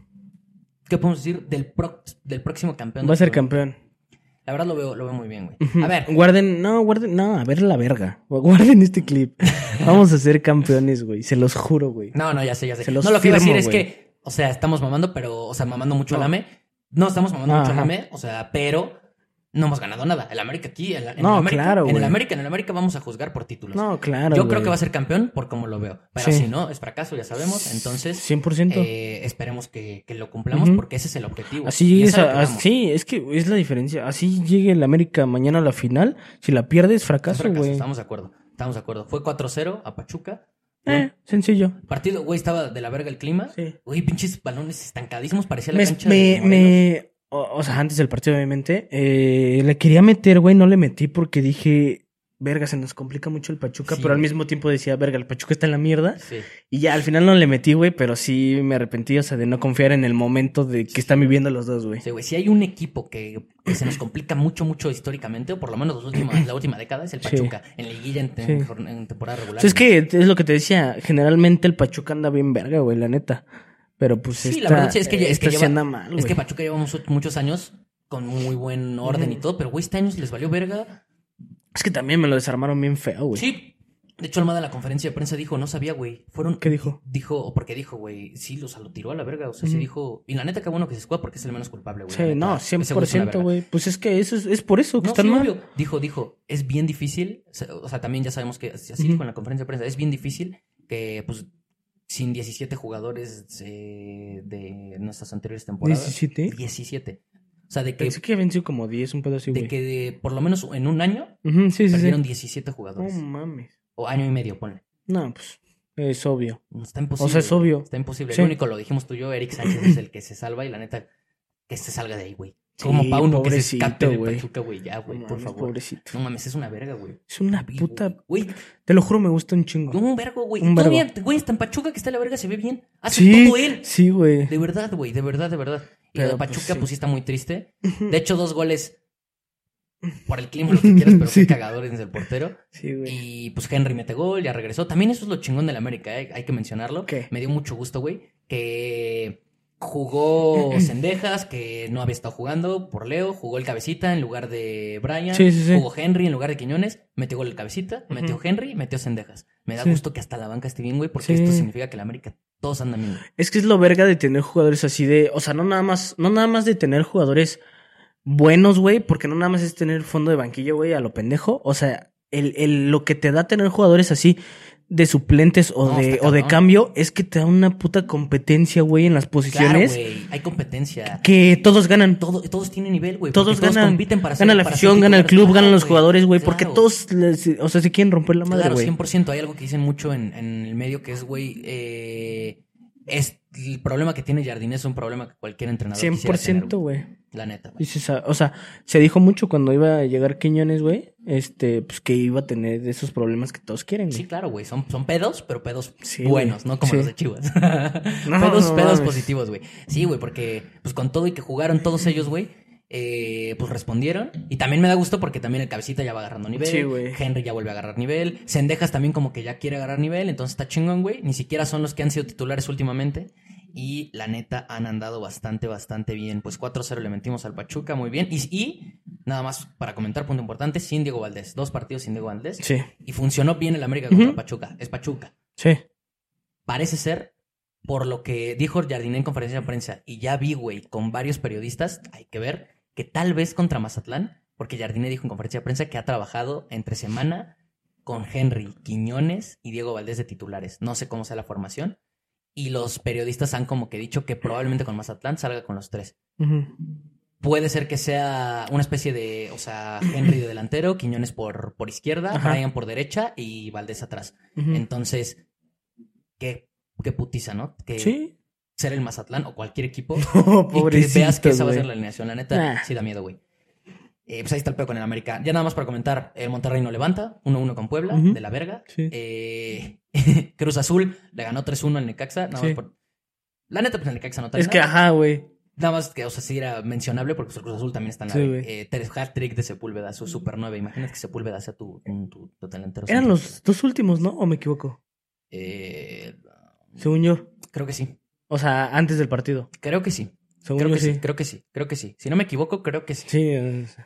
¿Qué podemos decir del, pro, del próximo campeón? Va a ser campeón. La verdad lo veo, lo veo muy bien, güey. A ver. Guarden, no, guarden, no, a ver la verga. Guarden este clip. Vamos a ser campeones, güey. Se los juro, güey. No, no, ya sé, ya sé. Se los no, lo que iba a decir firmo, es güey. que, o sea, estamos mamando, pero, o sea, mamando mucho no. al AME. No estamos mamando Ajá. mucho al AME, o sea, pero no hemos ganado nada. El América aquí, en, en no, el América, claro, en güey. el América, en el América vamos a juzgar por títulos. No, claro, Yo güey. creo que va a ser campeón por como lo veo. Pero Sí. si no, es fracaso, ya sabemos. Entonces, cien por ciento. eh, esperemos que, que lo cumplamos Ujú. porque ese es el objetivo. Así Y llegues es a lo a, que a- vamos. sí, es que es la diferencia. Así llegue el América mañana a la final. Si la pierdes, Es fracaso, fracaso, güey. estamos de acuerdo. Estamos de acuerdo. Fue cuatro cero a Pachuca. Eh, sencillo. Partido, güey, estaba de la verga el clima. Sí. Güey, pinches balones estancadísimos, parecía la Me, cancha me, de Morelos. me, O, o sea, antes del partido, obviamente. Eh, le quería meter, güey, no le metí porque dije... Verga, se nos complica mucho el Pachuca, Sí, pero al güey. mismo tiempo decía, verga, el Pachuca está en la mierda. Sí. Y ya, al final no le metí, güey, pero sí me arrepentí, o sea, de no confiar en el momento de que Sí, están güey. viviendo los dos, güey. Sí, güey. Si hay un equipo que, que se nos complica mucho, mucho históricamente, o por lo menos los últimos, la última década, es el Sí. Pachuca. En liguilla, en, Sí. en, en temporada regular. O sea, es que es lo que te decía, generalmente el Pachuca anda bien verga, güey, la neta. Pero pues Sí, esta, la verdad sí, es que, ya- es que esta sí lleva, anda mal, güey. es que Pachuca lleva muchos, muchos años con muy buen orden y Ujú. todo, pero güey, este año les valió verga. Es que también me lo desarmaron bien feo, güey. Sí. De hecho, Almada en la conferencia de prensa dijo, no sabía, güey. Fueron. ¿Qué dijo? Dijo, porque dijo, güey, sí, los lo tiró a la verga. O sea, sí Ujú. dijo. Y la neta, que bueno que se escuda porque es el menos culpable, güey. Sí, la neta. no, Ese cien güey por es una ciento, verga. güey. Pues es que eso es, es por eso que No, están sí, mal. obvio. Dijo, dijo, es bien difícil. O sea, también ya sabemos que así Ujú. dijo en la conferencia de prensa. Es bien difícil que, pues, sin diecisiete jugadores eh, de nuestras anteriores temporadas. ¿diecisiete? diecisiete. O sea, de que, Pensé que habían sido como diez, un pedo así, de güey. que de, por lo menos en un año Ujú, sí, sí, perdieron sí. diecisiete No jugadores. mames. O año y medio, ponle. No, pues es obvio. Está imposible. O sea, es güey. obvio. Está imposible. Sí. El único lo dijimos tú y yo, Eric Sánchez es el que se salva y la neta, que se salga de ahí, güey. Como Sí, Pauno que se pobrecito, escape de güey. Pachuca, güey. Ya, güey, No por mames, favor. pobrecito. No mames, es una verga, güey. Es una Y, puta... Güey, Te lo juro, me gusta un chingo. un vergo, güey. Un Todavía, vergo. güey, está en Pachuca que está la verga, se ve bien. Hace Sí, todo él. sí, güey. De verdad, güey, de verdad, de verdad. Y lo Pero, de pues, Pachuca, sí. pues sí está muy triste. De hecho, dos goles por el clima, lo que quieras, pero Sí. qué cagadores desde el portero. Sí, güey. Y pues Henry mete gol, ya regresó. También eso es lo chingón del América, ¿eh? Hay que mencionarlo. ¿Qué? Me dio mucho gusto, güey, que jugó Cendejas, que no había estado jugando por Leo. Jugó el Cabecita en lugar de Brian. Sí, sí, sí. Jugó Henry en lugar de Quiñones. Metió gol el Cabecita, metió Ujú. Henry, metió Cendejas. Me da Sí. gusto que hasta la banca esté bien, güey, porque Sí. esto significa que el América todos andan bien. güey. Es que es lo verga de tener jugadores así de... O sea, no nada más, no nada más de tener jugadores buenos, güey, porque no nada más es tener fondo de banquillo, güey, a lo pendejo. O sea, el, el, lo que te da tener jugadores así de suplentes o, No, de, está o de cabrón. cambio es que te da una puta competencia, güey, en las Claro, posiciones güey, hay competencia. que todos ganan. Todo, todos tienen nivel, güey. Todos porque ganan. compiten para Gana ser- la para afición, ser gana el titulares. club, ganan Claro, los güey, jugadores, güey, porque claro. todos, les- o sea, se quieren romper la madre, Claro, güey. cien por ciento. Hay algo que dicen mucho en, en el medio que es, güey, eh, es el problema que tiene Jardine es un problema que cualquier entrenador cien por quisiera tener, ciento, güey. güey. La neta, güey. Y se sa- O sea, se dijo mucho cuando iba a llegar Quiñones, güey, este, pues que iba a tener esos problemas que todos quieren, güey. Sí, claro, güey. Son, son pedos, pero pedos Sí, buenos, güey. no como Sí. los de Chivas. No, pedos, no pedos mames. positivos, güey. Sí, güey, porque pues con todo y que jugaron todos ellos, güey, eh, pues respondieron. Y también me da gusto porque también el Cabecita ya va agarrando nivel. Sí, güey. Henry ya vuelve a agarrar nivel. Cendejas también como que ya quiere agarrar nivel. Entonces está chingón, güey. Ni siquiera son los que han sido titulares últimamente. Y la neta han andado bastante, bastante bien. Pues cuatro cero le metimos al Pachuca, muy bien. Y, y nada más para comentar, punto importante, sin Diego Valdés. Dos partidos sin Diego Valdés. Sí, Y funcionó bien el América contra Ujú. Pachuca. Es Pachuca. sí. Parece ser, por lo que dijo Jardine en conferencia de prensa, y ya vi, güey, con varios periodistas, hay que ver, que tal vez contra Mazatlán, porque Jardine dijo en conferencia de prensa que ha trabajado entre semana con Henry, Quiñones y Diego Valdés de titulares. No sé cómo sea la formación. Y los periodistas han como que dicho que probablemente con Mazatlán salga con los tres. Ujú. Puede ser que sea una especie de, o sea, Henry de delantero, Quiñones por, por izquierda, Ajá. Brian por derecha y Valdés atrás. Ujú. Entonces, qué, qué putiza, ¿no? Que Sí. ser el Mazatlán o cualquier equipo Oh, y que pobrecito, veas que esa va a güey. ser la alineación. La neta, Ah. sí da miedo, güey. Eh, pues ahí está el pedo con el América. Ya nada más para comentar, el Monterrey no levanta, uno uno con Puebla, Ujú. de la verga. Sí. Eh, Cruz Azul le ganó tres uno al Necaxa, nada Sí. más por... La neta, pues el Necaxa no trae Es que, nada. ajá, güey. Nada más que, o sea, sí era mencionable porque pues, el Cruz Azul también está en la Sí, B. güey. eh, tres hat-trick de Sepúlveda, su Super nueve. Imagínate que Sepúlveda sea tu, tu, tu, tu delantero. Eran centro. los dos últimos, ¿no? ¿O me equivoco? Eh, Según yo. creo que sí. O sea, antes del partido. Creo que sí. Según Creo yo que sí. sí. Creo que sí. Creo que sí. Si no me equivoco, creo que sí. Sí. es-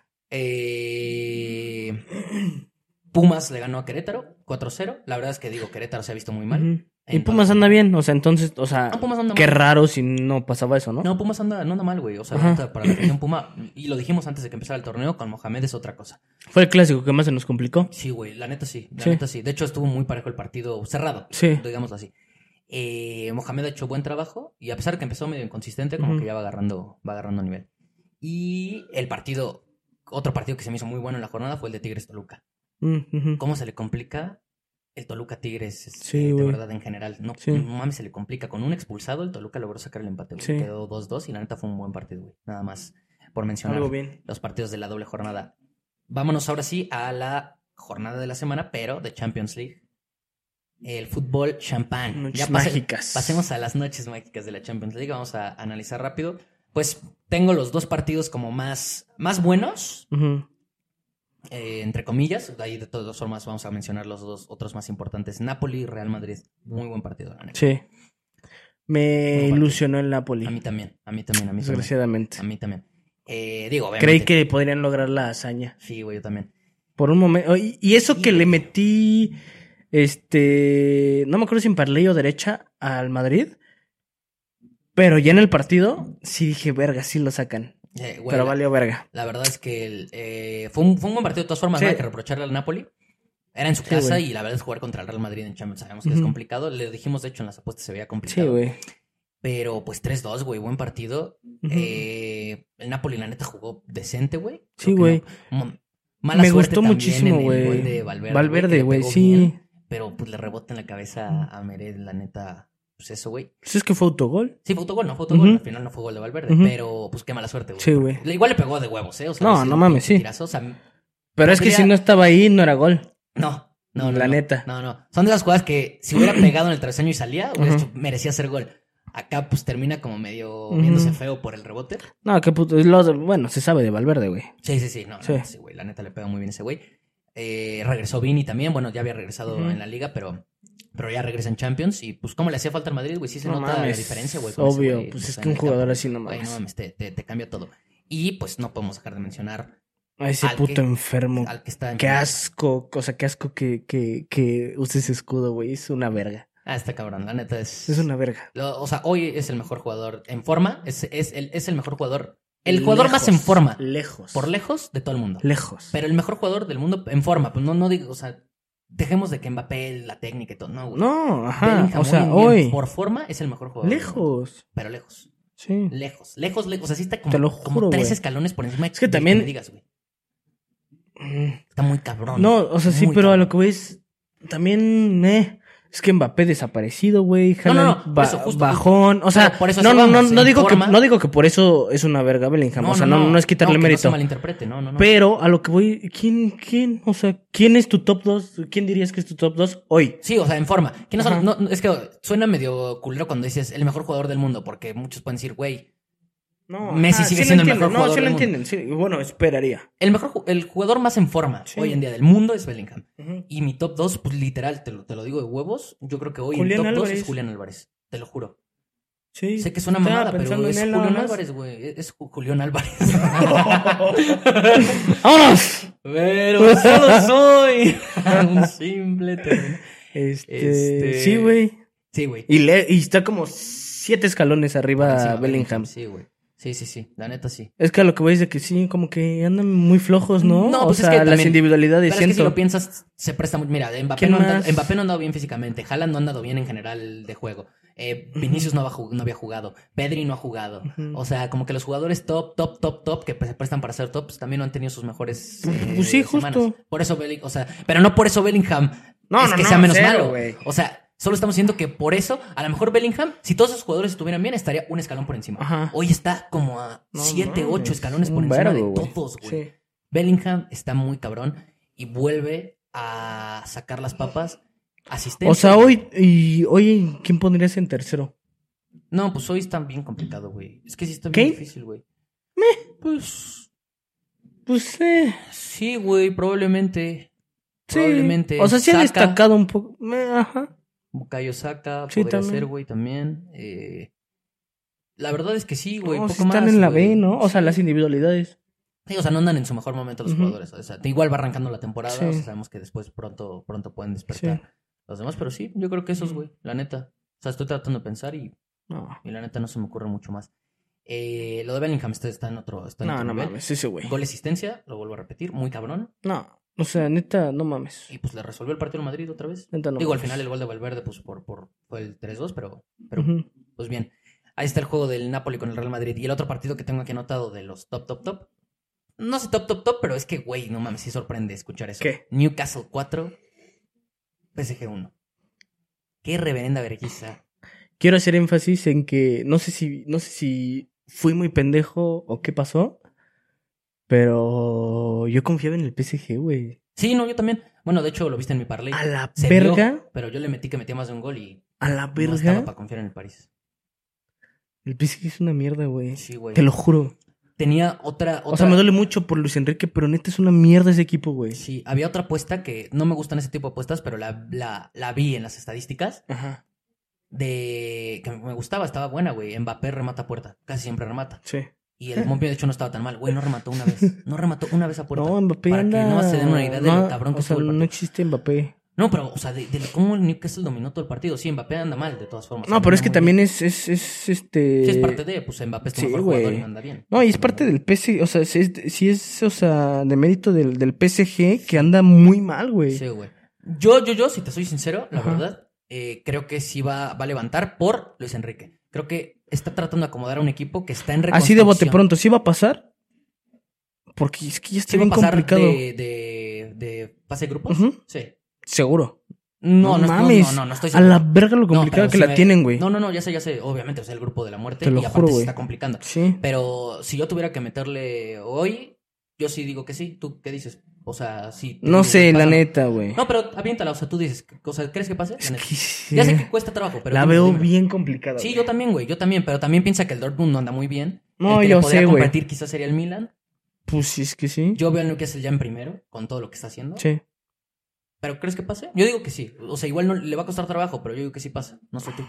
Eh, Pumas le ganó a Querétaro cuatro cero. La verdad es que digo, Querétaro se ha visto muy mal. Ujú. Y En Pumas toda- anda bien, o sea, entonces, o sea, No, Pumas anda qué mal. raro si no pasaba eso, ¿no? No, Pumas anda, no anda mal, güey. O sea, Ajá. ahorita para la región Puma, y lo dijimos antes de que empezara el torneo, con Mohamed es otra cosa. Fue el clásico que más se nos complicó. Sí, güey, la neta sí, la Sí. neta sí. De hecho, estuvo muy parejo el partido, cerrado, Sí. digámoslo así. Eh, Mohamed ha hecho buen trabajo y a pesar de que empezó medio inconsistente, como Ujú. que ya va agarrando, va agarrando nivel. Y el partido, otro partido que se me hizo muy bueno en la jornada fue el de Tigres Toluca. Mm, ujú. ¿Cómo se le complica el Toluca Tigres? este, Sí, de güey. verdad, en general. No, Sí. no mames, se le complica. Con un expulsado, el Toluca logró sacar el empate, güey. Sí. Quedó dos dos y la neta fue un buen partido, güey. Nada más. por mencionar Algo bien. los partidos de la doble jornada. Vámonos ahora sí a la jornada de la semana, pero de Champions League. El fútbol champán. Noches Ya pase- mágicas. Pasemos a las noches mágicas de la Champions League. Vamos a analizar rápido. Pues tengo los dos partidos como más, más buenos, Ujú. eh, entre comillas. Ahí de todas formas vamos a mencionar los dos otros más importantes. Napoli y Real Madrid. Muy buen partido, la neta. Sí. Me Buen partido. ilusionó el Napoli. A mí también, a mí también, a mí también. Desgraciadamente. A mí también. Eh, digo, obviamente. Creí que podrían lograr la hazaña. Sí, güey, yo también. Por un momento. Y, y eso que le metí. Este. No me acuerdo si en parlay o derecha al Madrid. Pero ya en el partido. Sí dije, verga, sí lo sacan. Eh, güey, Pero la, valió verga. la verdad es que el, eh, fue, un, fue un buen partido de todas formas. Sí. No hay que reprocharle al Napoli. Era en su Sí, casa güey. y la verdad es jugar contra el Real Madrid en Champions. Sabemos que es Ujú. complicado. Le dijimos, de hecho, en las apuestas se veía Sí, complicado. güey. Pero pues tres dos, güey, buen partido. Ujú. Eh, el Napoli, la neta, jugó decente, güey. Sí, Creo que güey. no- mo- mala Me suerte gustó también muchísimo, en el güey. gol de Valverde, Valverde, que le güey, pegó sí. bien, pero pues le rebota en la cabeza a Meret, la neta. Pues eso, güey. Pues es que fue autogol. Sí, fue autogol, no fue autogol. Ujú. Al final no fue gol de Valverde, Ujú. pero pues qué mala suerte, güey. Sí, güey. Porque igual le pegó de huevos, ¿eh? O sea, No, sí, no un mames, pinche sí. tirazo, o sea, Pero es que podría- si no estaba ahí, no era gol. No, no, no. La no. neta. No, no. Son de esas jugadas que si hubiera pegado en el travesaño y salía, hubiera Ujú. hecho- merecía ser gol. Acá pues termina como medio Ujú. viéndose feo por el rebote. No, qué puto. es lo de- Bueno, se sabe de Valverde, güey. Sí, sí, sí. No, Sí. no, sí, güey. La neta le pega muy bien ese güey. Eh, regresó Vini también. Bueno, ya había regresado Ujú. en la liga, pero, pero ya regresa en Champions. Y pues, ¿cómo le hacía falta al Madrid, güey? Sí se No nota mames, la diferencia, güey. con ese obvio, güey, pues o es sea, que en un el campo. jugador así no Güey, no mames. mames, te, te, te cambia todo. Y pues no podemos dejar de mencionar A ese al puto que- enfermo. al que está en Qué asco. O sea, qué asco que, que, que use ese escudo, güey. Es una verga. Ah, está cabrón. La neta es. Es una verga. Lo- o sea, hoy es el mejor jugador en forma. Es, es, el, es el mejor jugador. El jugador más en Lejos, forma. Lejos. Por lejos de todo el mundo. Lejos. Pero el mejor jugador del mundo en forma. Pues no, no digo, o sea, dejemos de que Mbappé, la técnica y todo. No, güey. No, ajá. Bellingham O sea, hoy en día, hoy. por forma es el mejor jugador. del mundo. Lejos. Pero lejos. Sí. Lejos. Lejos, lejos. O sea, sí está como, Te lo como juro, tres güey. escalones por encima Es que del también- me digas, güey. Mm. Está muy cabrón. No, o sea, sí, Muy pero a cabrón. lo que voy es. También, eh. Es que Mbappé desaparecido, güey. No, no, no, Haaland por ba- eso, justo, bajón. O sea, Pero por eso no, eso no, no, vamos, no en digo que, forma- no digo que por eso es una verga Bellingham. o sea, no, no, es quitarle no, que mérito. No se malinterprete, no, no, no. Pero a lo que voy, ¿quién, quién? O sea, ¿quién es tu top dos? ¿Quién dirías que es tu top dos hoy? Sí, o sea, en forma. ¿Quiénes son? Ajá. No, no, es que suena medio culero cuando dices el mejor jugador del mundo, porque muchos pueden decir, güey, No, Messi sigue sí lo siendo el entienden, mejor no, jugador sí lo del mundo. entienden, sí. Bueno, esperaría. el mejor ju- el jugador más en forma Sí. hoy en día del mundo es Bellingham. Ujú. Y mi top dos, pues literal, te lo, te lo digo de huevos, yo creo que hoy Julián en top dos Álvarez. es Julián Álvarez, te lo juro. Sí. Sé que es una Estaba mamada, pero pensando en es él nada Julián más. Álvarez, güey, es es Ju- Julián Álvarez. ¡Vámonos! Pero solo soy un simple terreno. Este, Este- sí, güey. Sí, güey. Y, le- y está como siete escalones arriba Por encima, Bellingham. Sí, güey. Sí, sí, sí, la neta sí. Es que a lo que voy es de que sí, como que andan muy flojos, ¿no? No, o pues es sea, que las también- individualidades Pero es que si siento. lo piensas, se presta mucho. Mira, Mbappé ¿Quién no, anda- más? Mbappé no ha andado bien físicamente. Haaland no ha andado bien en general de juego. Eh, Vinicius no, va a jug- no había jugado. Pedri no ha jugado. Ujú. O sea, como que los jugadores top, top, top, top, que se prestan para ser tops, también no han tenido sus mejores. eh, Pues sí, semanas. justo. Por eso Bellingham, o sea, pero no por eso Bellingham No, es no, que no, sea menos cero, malo. güey. O sea, solo estamos diciendo que por eso, a lo mejor Bellingham, si todos esos jugadores estuvieran bien, estaría un escalón por encima. Ajá. Hoy está como a No siete, mames, ocho escalones por un encima vergo, de güey. todos, güey. Sí. Bellingham está muy cabrón y vuelve a sacar las papas. Asistencia. O sea, hoy, y hoy, ¿quién pondrías en tercero? No, pues hoy está bien complicado, güey. Es que sí está bien ¿Qué? difícil, güey. Pues Pues, eh, sí, güey, probablemente. sí. Probablemente. O sea, sí ha Saka, destacado un poco. Eh, ajá. Bukayo Saka, Sí, podría también. ser, güey, también. Eh, la verdad es que sí, güey. No, poco sí están más, en la güey. B, ¿no? O sea, Sí. las individualidades. Sí, o sea, no andan en su mejor momento los Ujú. jugadores. O sea, igual va arrancando la temporada. Sí. O sea, sabemos que después pronto, pronto pueden despertar Sí. los demás. Pero sí, yo creo que esos, güey. La neta. O sea, estoy tratando de pensar y, No, y la neta no se me ocurre mucho más. Eh, lo de Bellingham está, está en otro, está en no, otro no nivel. mames, ese güey. Gol de asistencia, lo vuelvo a repetir, muy cabrón. No, o sea, neta, no mames. Y pues le resolvió el partido al Madrid otra vez. Neta, no Digo, al mames. final el gol de Valverde pues por, por, fue el tres dos, pero, pero Ujú. pues bien. Ahí está el juego del Napoli con el Real Madrid. Y el otro partido que tengo aquí anotado de los top, top, top. No sé top, top, top, pero es que, güey, no mames, sí sorprende escuchar eso. ¿Qué? Newcastle cuatro, P S G uno. Qué reverenda vergüenza. Quiero hacer énfasis en que no sé si, no sé si fui muy pendejo o qué pasó, Pero yo confiaba en el P S G, güey. Sí, no, yo también. Bueno, de hecho, lo viste en mi parlay. A la Se verga. vio, pero yo le metí que metía más de un gol y A la no verga. estaba para confiar en el París. El P S G es una mierda, güey. Sí, güey. Te lo juro. Tenía otra, otra... O sea, me duele mucho por Luis Enrique, pero neta es una mierda ese equipo, güey. Sí, había otra apuesta que no me gustan ese tipo de apuestas, pero la, la, la vi en las estadísticas. Ajá. De que me gustaba, estaba buena, güey. Mbappé remata a puerta, casi siempre remata. Sí. Y el Montpellier, de hecho, no estaba tan mal. Güey, no remató una vez. No remató una vez a puerta. No, Mbappé para anda... que no se den una idea de no, lo cabrón que o sea, estuvo el no partido. existe Mbappé. No, pero, o sea, de, de cómo el Newcastle dominó todo el partido. Sí, Mbappé anda mal, de todas formas. No, pero es que Anda muy también bien. es, es, es, este... Sí, es parte de, pues Mbappé es tu Sí, mejor jugador güey. y anda bien. No, y es parte del P S G, o sea, si es, si es o sea, de mérito del, del P S G que anda muy mal, güey. Sí, güey. Yo, yo, yo, si te soy sincero, la Ajá. verdad, eh, creo que sí va, va a levantar por Luis Enrique. Creo que está tratando de acomodar a un equipo que está en reconstrucción. Así de bote pronto, ¿sí va a pasar? Porque es que ya está ¿Sí va bien a pasar complicado. de, de, de fase de grupos? Ujú. Sí. Seguro. No, no, no, mames. no, no, no estoy A seguro. la verga lo No, complicada pero que si la me- tienen, güey. No, no, no, ya sé, ya sé. Obviamente, o sea, el grupo de la muerte. Te lo y aparte juro, se güey. está complicando. Sí. Pero si yo tuviera que meterle hoy, yo sí digo que sí. ¿Tú qué dices? O sea, sí. te No digo, sé, la pásame. neta, güey. No, pero aviéntala, o sea, tú dices, o sea, ¿crees que pase? La Es neta. que sí. Ya sé que cuesta trabajo, pero la dímelo, veo dímelo. bien complicada. Sí, güey. yo también, güey, yo también, pero también piensa que el Dortmund no anda muy bien. No, el que yo le podría sé, güey. competir quizás sería el Milan. Pues sí, es que sí. Yo veo al Newcastle ya en primero, con todo lo que está haciendo. Sí. ¿Pero crees que pase? Yo digo que sí. O sea, igual no le va a costar trabajo, pero yo digo que sí pasa. No sé tú.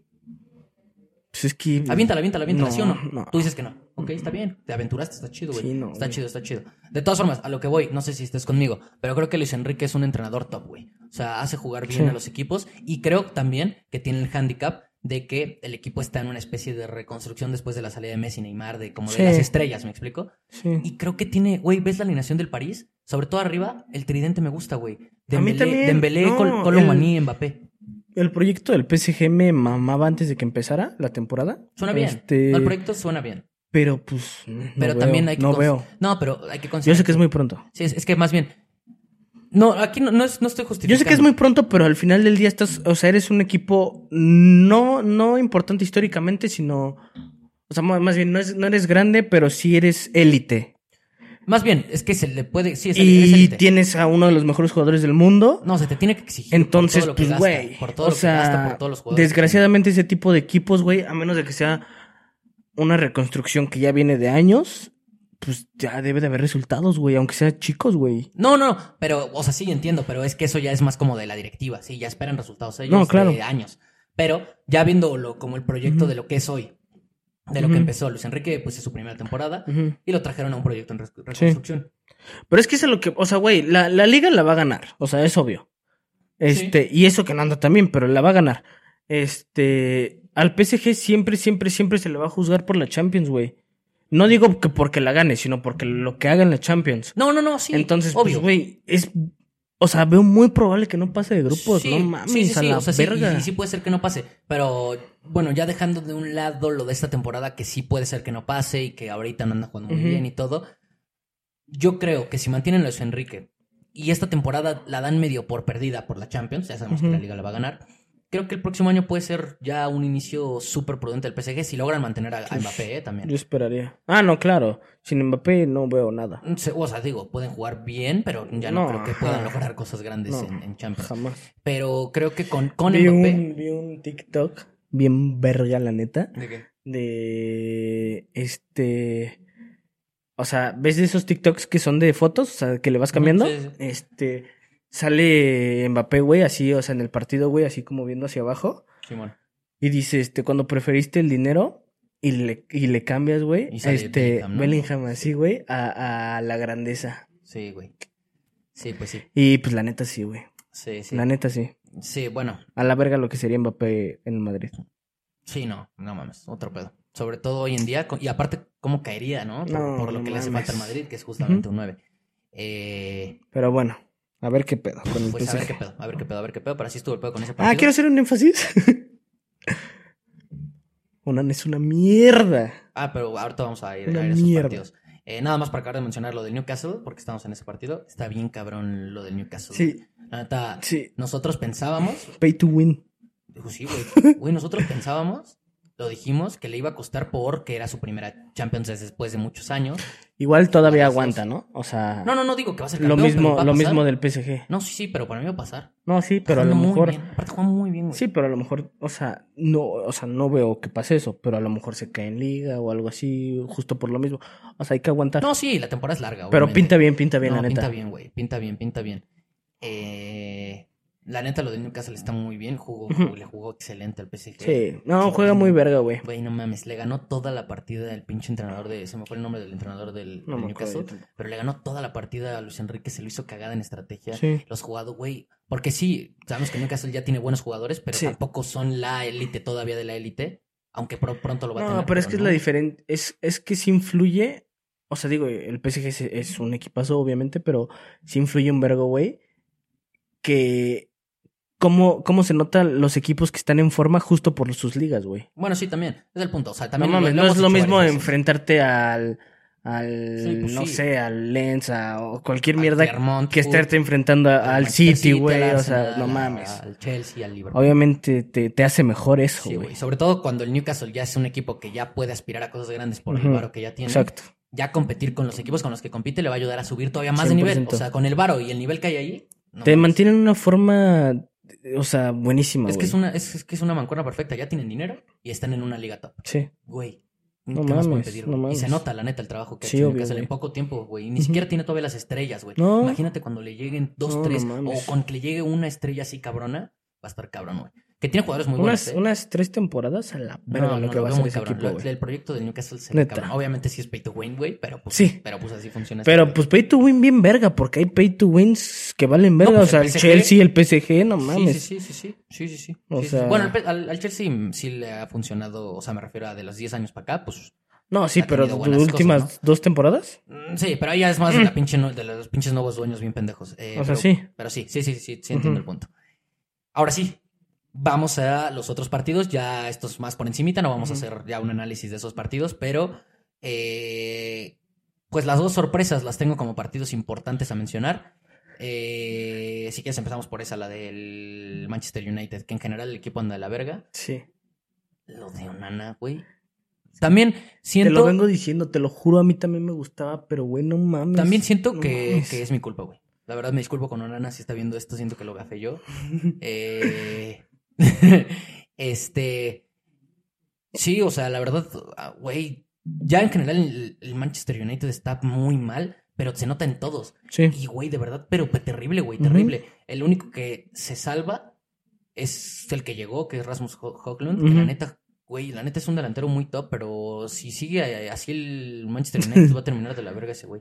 Pues es que... Aviéntala, aviéntala, aviéntala, No, ¿sí o no? no. Tú dices que no. Ok, está bien. Te aventuraste, está chido, güey. Sí, no, está güey. chido, está chido. De todas formas, a lo que voy, no sé si estés conmigo, pero creo que Luis Enrique es un entrenador top, güey. O sea, hace jugar bien Sí. a los equipos y creo también que tiene el handicap de que el equipo está en una especie de reconstrucción después de la salida de Messi, Neymar, de como de Sí. las estrellas, ¿me explico? Sí. Y creo que tiene, güey, ¿ves la alineación del París? Sobre todo arriba, el tridente me gusta, güey. A mí Dembélé- también. Dembélé, No, Col- el- Colomani, Mbappé. El proyecto del P S G me mamaba antes de que empezara la temporada. Suena bien. Este, No, el proyecto suena bien. Pero pues. No Pero veo, también hay que... No cons- veo. No, pero hay que Yo considerar... sé que es muy pronto. Sí, es, es que más bien... No, aquí no, no, es, no estoy justificando. Yo sé que es muy pronto, pero al final del día estás. O sea, eres un equipo no, no importante históricamente, sino. O sea, más bien, no, es, no eres grande, pero sí eres élite. Más bien, es que se le puede... Sí, es, es Y élite. tienes a uno de los mejores jugadores del mundo. No, se te tiene que exigir Entonces, por todo lo que pues, gasta, güey. por todo O lo que gasta, sea, por todos los jugadores. desgraciadamente ese tipo de equipos, güey, a menos de que sea una reconstrucción que ya viene de años, pues ya debe de haber resultados, güey, aunque sea chicos, güey. No, no, pero, o sea, sí entiendo, pero es que eso ya es más como de la directiva, sí, ya esperan resultados ellos No, claro. de años. Pero ya viéndolo como el proyecto Ujú. de lo que es hoy, de lo Ujú. que empezó Luis Enrique, pues es su primera temporada, Ujú. y lo trajeron a un proyecto en res- reconstrucción. Pero es que eso es lo que, o sea, güey, la, la liga la va a ganar, o sea, es obvio. Este, y eso que no anda también, pero la va a ganar. Este, al P S G siempre, siempre, siempre se le va a juzgar por la Champions, güey. No digo que porque la gane, sino porque lo que haga en la Champions. No, no, no, sí. Entonces, obvio. pues, güey, es... O sea, veo muy probable que no pase de grupos, Sí, no mames, sí, sí, a sí, la o sea, sí, verga. y, y sí puede ser que no pase, pero bueno, ya dejando de un lado lo de esta temporada que sí puede ser que no pase y que ahorita no anda jugando muy Ujú. bien y todo, yo creo que si mantienen a Luis Enrique y esta temporada la dan medio por perdida por la Champions, ya sabemos Ujú. que la liga la va a ganar, creo que el próximo año puede ser ya un inicio súper prudente del P S G si logran mantener a, a Mbappé eh, también. Yo esperaría. Ah, no, claro. Sin Mbappé no veo nada. Se- O sea, digo, pueden jugar bien, pero ya no, No, creo que ajá. puedan lograr cosas grandes No, en, en Champions. jamás. Pero creo que con, con Vi Mbappé... un, vi un TikTok bien verga, la neta. ¿De qué? De este. O sea, ¿ves de esos TikToks que son de fotos? O sea, que le vas cambiando. Sí, sí. Este. Sale Mbappé, güey, así, o sea, en el partido, güey, así como viendo hacia abajo. Simón. Y dice, este, cuando preferiste el dinero y le, y le cambias, güey, Y sale este, Bellingham, ¿no? Bellingham así, güey, a, a la grandeza. Sí, güey. Sí, pues sí. Y pues la neta sí, güey. Sí, sí. La neta sí. Sí, bueno. A la verga lo que sería Mbappé en el Madrid. Sí, no, no mames, otro pedo. Sobre todo hoy en día, con- y aparte, cómo caería, ¿no? Por, No, por lo no que le hace mames. falta al Madrid, que es justamente un nueve. Eh, Pero bueno, a ver qué pedo con el pues a ver qué P S G. pedo, a ver qué pedo, a ver qué pedo, pero así estuvo el pedo con ese partido. Ah, quiero hacer un énfasis. Onan es una mierda. Ah, pero ahorita vamos a ir, Una a ir a esos mierda. partidos. Eh, nada más para acabar de mencionar lo del Newcastle, porque estamos en ese partido. Está bien cabrón lo del Newcastle. Sí. La neta, Sí. nosotros pensábamos... Pay to win. Dijo, sí, güey. Güey, nosotros pensábamos lo dijimos, que le iba a costar porque era su primera Champions después de muchos años. Igual todavía aguanta, ¿no? O sea... No, no, no digo que va a ser campeón, lo mismo, pero va a lo mismo del P S G. No, sí, sí, pero para mí va a pasar. No, sí, pero a lo mejor... Muy bien. Aparte juega muy bien, güey. Sí, pero a lo mejor, o sea, no, o sea, no veo que pase eso, pero a lo mejor se cae en liga o algo así, justo por lo mismo. O sea, hay que aguantar. No, sí, la temporada es larga, pero obviamente. pinta bien, pinta bien, no, la neta. Pinta bien, güey, pinta bien, pinta bien. Eh... La neta, lo de Newcastle está muy bien. Jugó, uh-huh. Le jugó excelente al P S G. Sí, no, sí, juega muy verga, güey. Güey, no mames, le ganó toda la partida el pinche entrenador de... Se me fue el nombre del entrenador del, no del Newcastle. Acuerdo. Pero le ganó toda la partida a Luis Enrique, se lo hizo cagada en estrategia. Sí. Los jugadores, güey... Porque sí, sabemos que Newcastle ya tiene buenos jugadores, pero sí. tampoco son la élite todavía de la élite. Aunque pro, pronto lo va no, a tener. No, pero es que no. es la diferente... Es, es que sí influye... O sea, digo, el P S G es, es un equipazo, obviamente, pero sí influye un vergo, güey. Que... ¿Cómo, ¿Cómo se notan los equipos que están en forma justo por sus ligas, güey? Bueno, sí, también. Es el punto. O sea, también no mames, lo, no es lo mismo enfrentarte al... al sí, pues no sí. sé, al Lens a, o cualquier al mierda Clermont, que estarte enfrentando a, al City, güey. O sea, no al, mames. Al Chelsea, al Liverpool. Obviamente te, te hace mejor eso, güey. Sí, sobre todo cuando el Newcastle ya es un equipo que ya puede aspirar a cosas grandes por uh-huh. el varo que ya tiene. Exacto. Ya competir con los equipos con los que compite le va a ayudar a subir todavía más cien por ciento. De nivel. O sea, con el varo y el nivel que hay ahí. No te mames. Mantienen una forma... O sea, buenísima, es güey. que es una es, es que es una mancuerna perfecta. Ya tienen dinero y están en una liga top. Sí. Güey. No mames, pedir, no mames. Y se nota, la neta, el trabajo que ha sí, hecho obvio, Newcastle en poco tiempo, güey. Ni uh-huh. siquiera tiene todavía las estrellas, güey. No. Imagínate cuando le lleguen dos, no, tres, no o con que le llegue una estrella así cabrona, va a estar cabrón, güey. Que tiene jugadores muy unas, buenos, ¿eh? Unas tres temporadas a la verga no, lo no, que lo va a ser ser ese equipo, güey. El proyecto de Newcastle se Neta. ve cabrón. Obviamente sí es pay to win, güey, pero pues sí. pero pues así funciona. Pero este pues pay to win bien verga, porque hay pay to wins que valen verga, no, pues, o sea, el, el Chelsea, el P S G, no mames. Sí, sí, sí, sí, sí, sí, sí. O sí, sea... sí. Bueno, al, al Chelsea sí le ha funcionado, o sea, me refiero a de los diez años para acá, pues... No, sí, pero ¿tus últimas cosas, ¿no? dos temporadas? Sí, pero ahí ya es más mm. de, la pinche, de los pinches nuevos dueños bien pendejos. Eh, o sea, pero, sí. Pero sí, sí, sí, sí, sí, entiendo uh-huh. el punto. Ahora sí, vamos a los otros partidos, ya estos más por encimita, no vamos uh-huh. a hacer ya un análisis de esos partidos, pero eh, pues las dos sorpresas las tengo como partidos importantes a mencionar. Eh, si quieres empezamos por esa, la del Manchester United, que en general el equipo anda de la verga. Sí. Lo de Onana, güey. También siento... Te lo vengo diciendo, te lo juro, a mí también me gustaba, pero güey, no mames. También siento no que, mames. que es mi culpa, güey. La verdad me disculpo con Onana si está viendo esto, siento que lo gafé yo. eh... este... Sí, o sea, la verdad, güey, ya en general el, el Manchester United está muy mal, pero se nota en todos. Sí. Y, güey, de verdad, pero terrible, güey, terrible. Uh-huh. El único que se salva es el que llegó, que es Rasmus Højlund, uh-huh. que la neta... Güey, la neta es un delantero muy top, pero si sigue así el Manchester United va a terminar de la verga ese güey.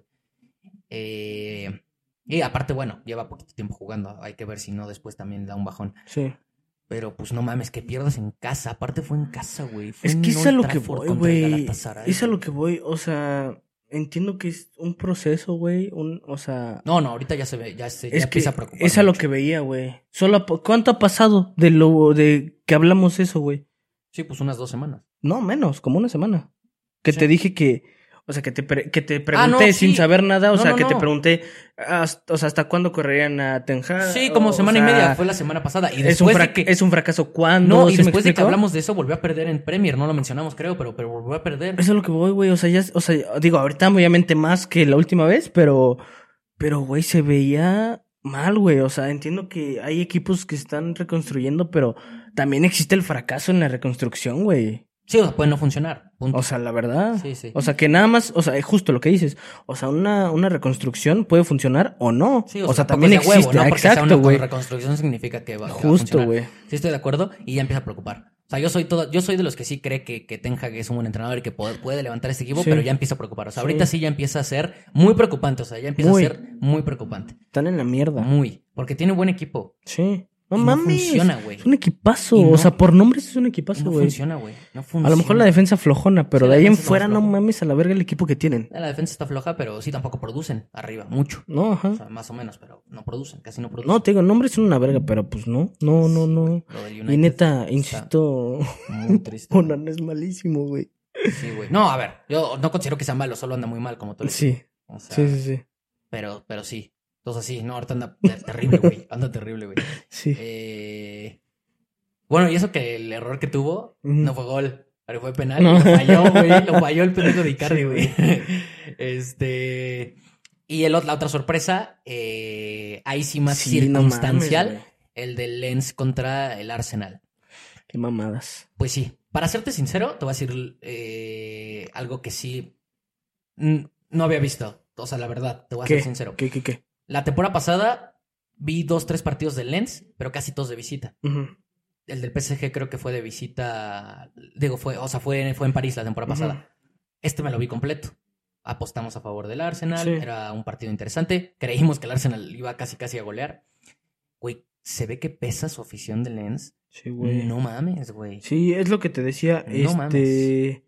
Eh, y aparte, bueno, lleva poquito tiempo jugando. Hay que ver si no después también da un bajón. Sí. Pero pues no mames, que pierdas en casa. Aparte fue en casa, güey. Fue es que es a lo que voy, güey. Es a lo wey. que voy, o sea... Entiendo que es un proceso, güey, un, o sea... No, no, ahorita ya se ve, ya se es ya que empieza a preocupar es a mucho. lo que veía, güey. Solo, ¿cuánto ha pasado de lo de que hablamos eso, güey? Sí, pues unas dos semanas. No, menos, como una semana. Que sí. te dije que... O sea, que te, pre- que te pregunté ah, no, sin sí. saber nada. O no, sea, no, que no. te pregunté... Hasta, o sea, ¿hasta cuándo correrían a Ten Hag? Sí, como o, semana o sea, y media. Fue la semana pasada. Y es, un después fra- de que... es un fracaso. ¿Cuándo? No, y ¿Sí después de que hablamos de eso, volvió a perder en Premier. No lo mencionamos, creo, pero, pero volvió a perder. Eso es lo que voy, güey. O sea, ya... O sea, digo, ahorita obviamente más que la última vez, pero... Pero, güey, se veía... mal, güey. O sea, entiendo que hay equipos que están reconstruyendo, pero también existe el fracaso en la reconstrucción, güey. Sí, o sea, puede no funcionar. Punto. O sea, la verdad. Sí, sí. O sea, que nada más, o sea, es justo lo que dices. O sea, una, una reconstrucción puede funcionar o no. Sí, o, o sea, sea también existe. Huevo, ¿no? Porque exacto, sea una güey. reconstrucción significa que va, que justo, va a güey. Sí, estoy de acuerdo y ya empieza a preocupar. O sea, yo soy todo, yo soy de los que sí cree que, que Ten Hag es un buen entrenador y que puede, puede levantar este equipo, sí. pero ya empieza a preocupar. O sea, sí. ahorita sí ya empieza a ser muy preocupante. O sea, ya empieza muy. a ser muy preocupante. Están en la mierda. Muy. Porque tiene buen equipo. Sí. No y mames. No funciona, güey. Es un equipazo. No, o sea, por nombres es un equipazo, güey. No funciona, güey. No funciona. A lo mejor la defensa flojona, pero sí, de ahí en fuera no mames a la verga el equipo que tienen. La defensa está floja, pero sí tampoco producen arriba, mucho. No, ajá. O sea, más o menos, pero no producen, casi no producen. No, te digo, nombres son una verga, pero pues no. No, no, no. Y neta, insisto. Muy triste. Onana es malísimo, güey. Sí, güey. No, a ver, yo no considero que sea malo, solo anda muy mal, como tú le dices. Sí. O sea, sí, sí, sí. Pero, pero sí. Entonces sí, no, ahorita anda terrible, güey. Anda terrible, güey. Sí. Eh... Bueno, y eso que el error que tuvo uh-huh. no fue gol. Pero fue penal, no. Lo falló, güey. Lo falló el pendejo de Icardi, güey. Sí, este... Y el, la otra sorpresa, eh, ahí sí más sí, circunstancial, no mames, el del Lens contra el Arsenal. Qué mamadas. Pues sí, para serte sincero, te voy a decir eh, algo que sí n- no había visto. O sea, la verdad, te voy a ¿Qué? ser sincero. ¿Qué, qué, qué? La temporada pasada vi dos, tres partidos del Lens, pero casi todos de visita. Uh-huh. El del P S G creo que fue de visita, digo, fue, o sea, fue, fue en París la temporada uh-huh. pasada. Este me lo vi completo. Apostamos a favor del Arsenal, sí. Era un partido interesante. Creímos que el Arsenal iba casi casi a golear. Güey, se ve que pesa su afición de Lens. Sí, güey. No mames, güey. Sí, es lo que te decía. No este... mames.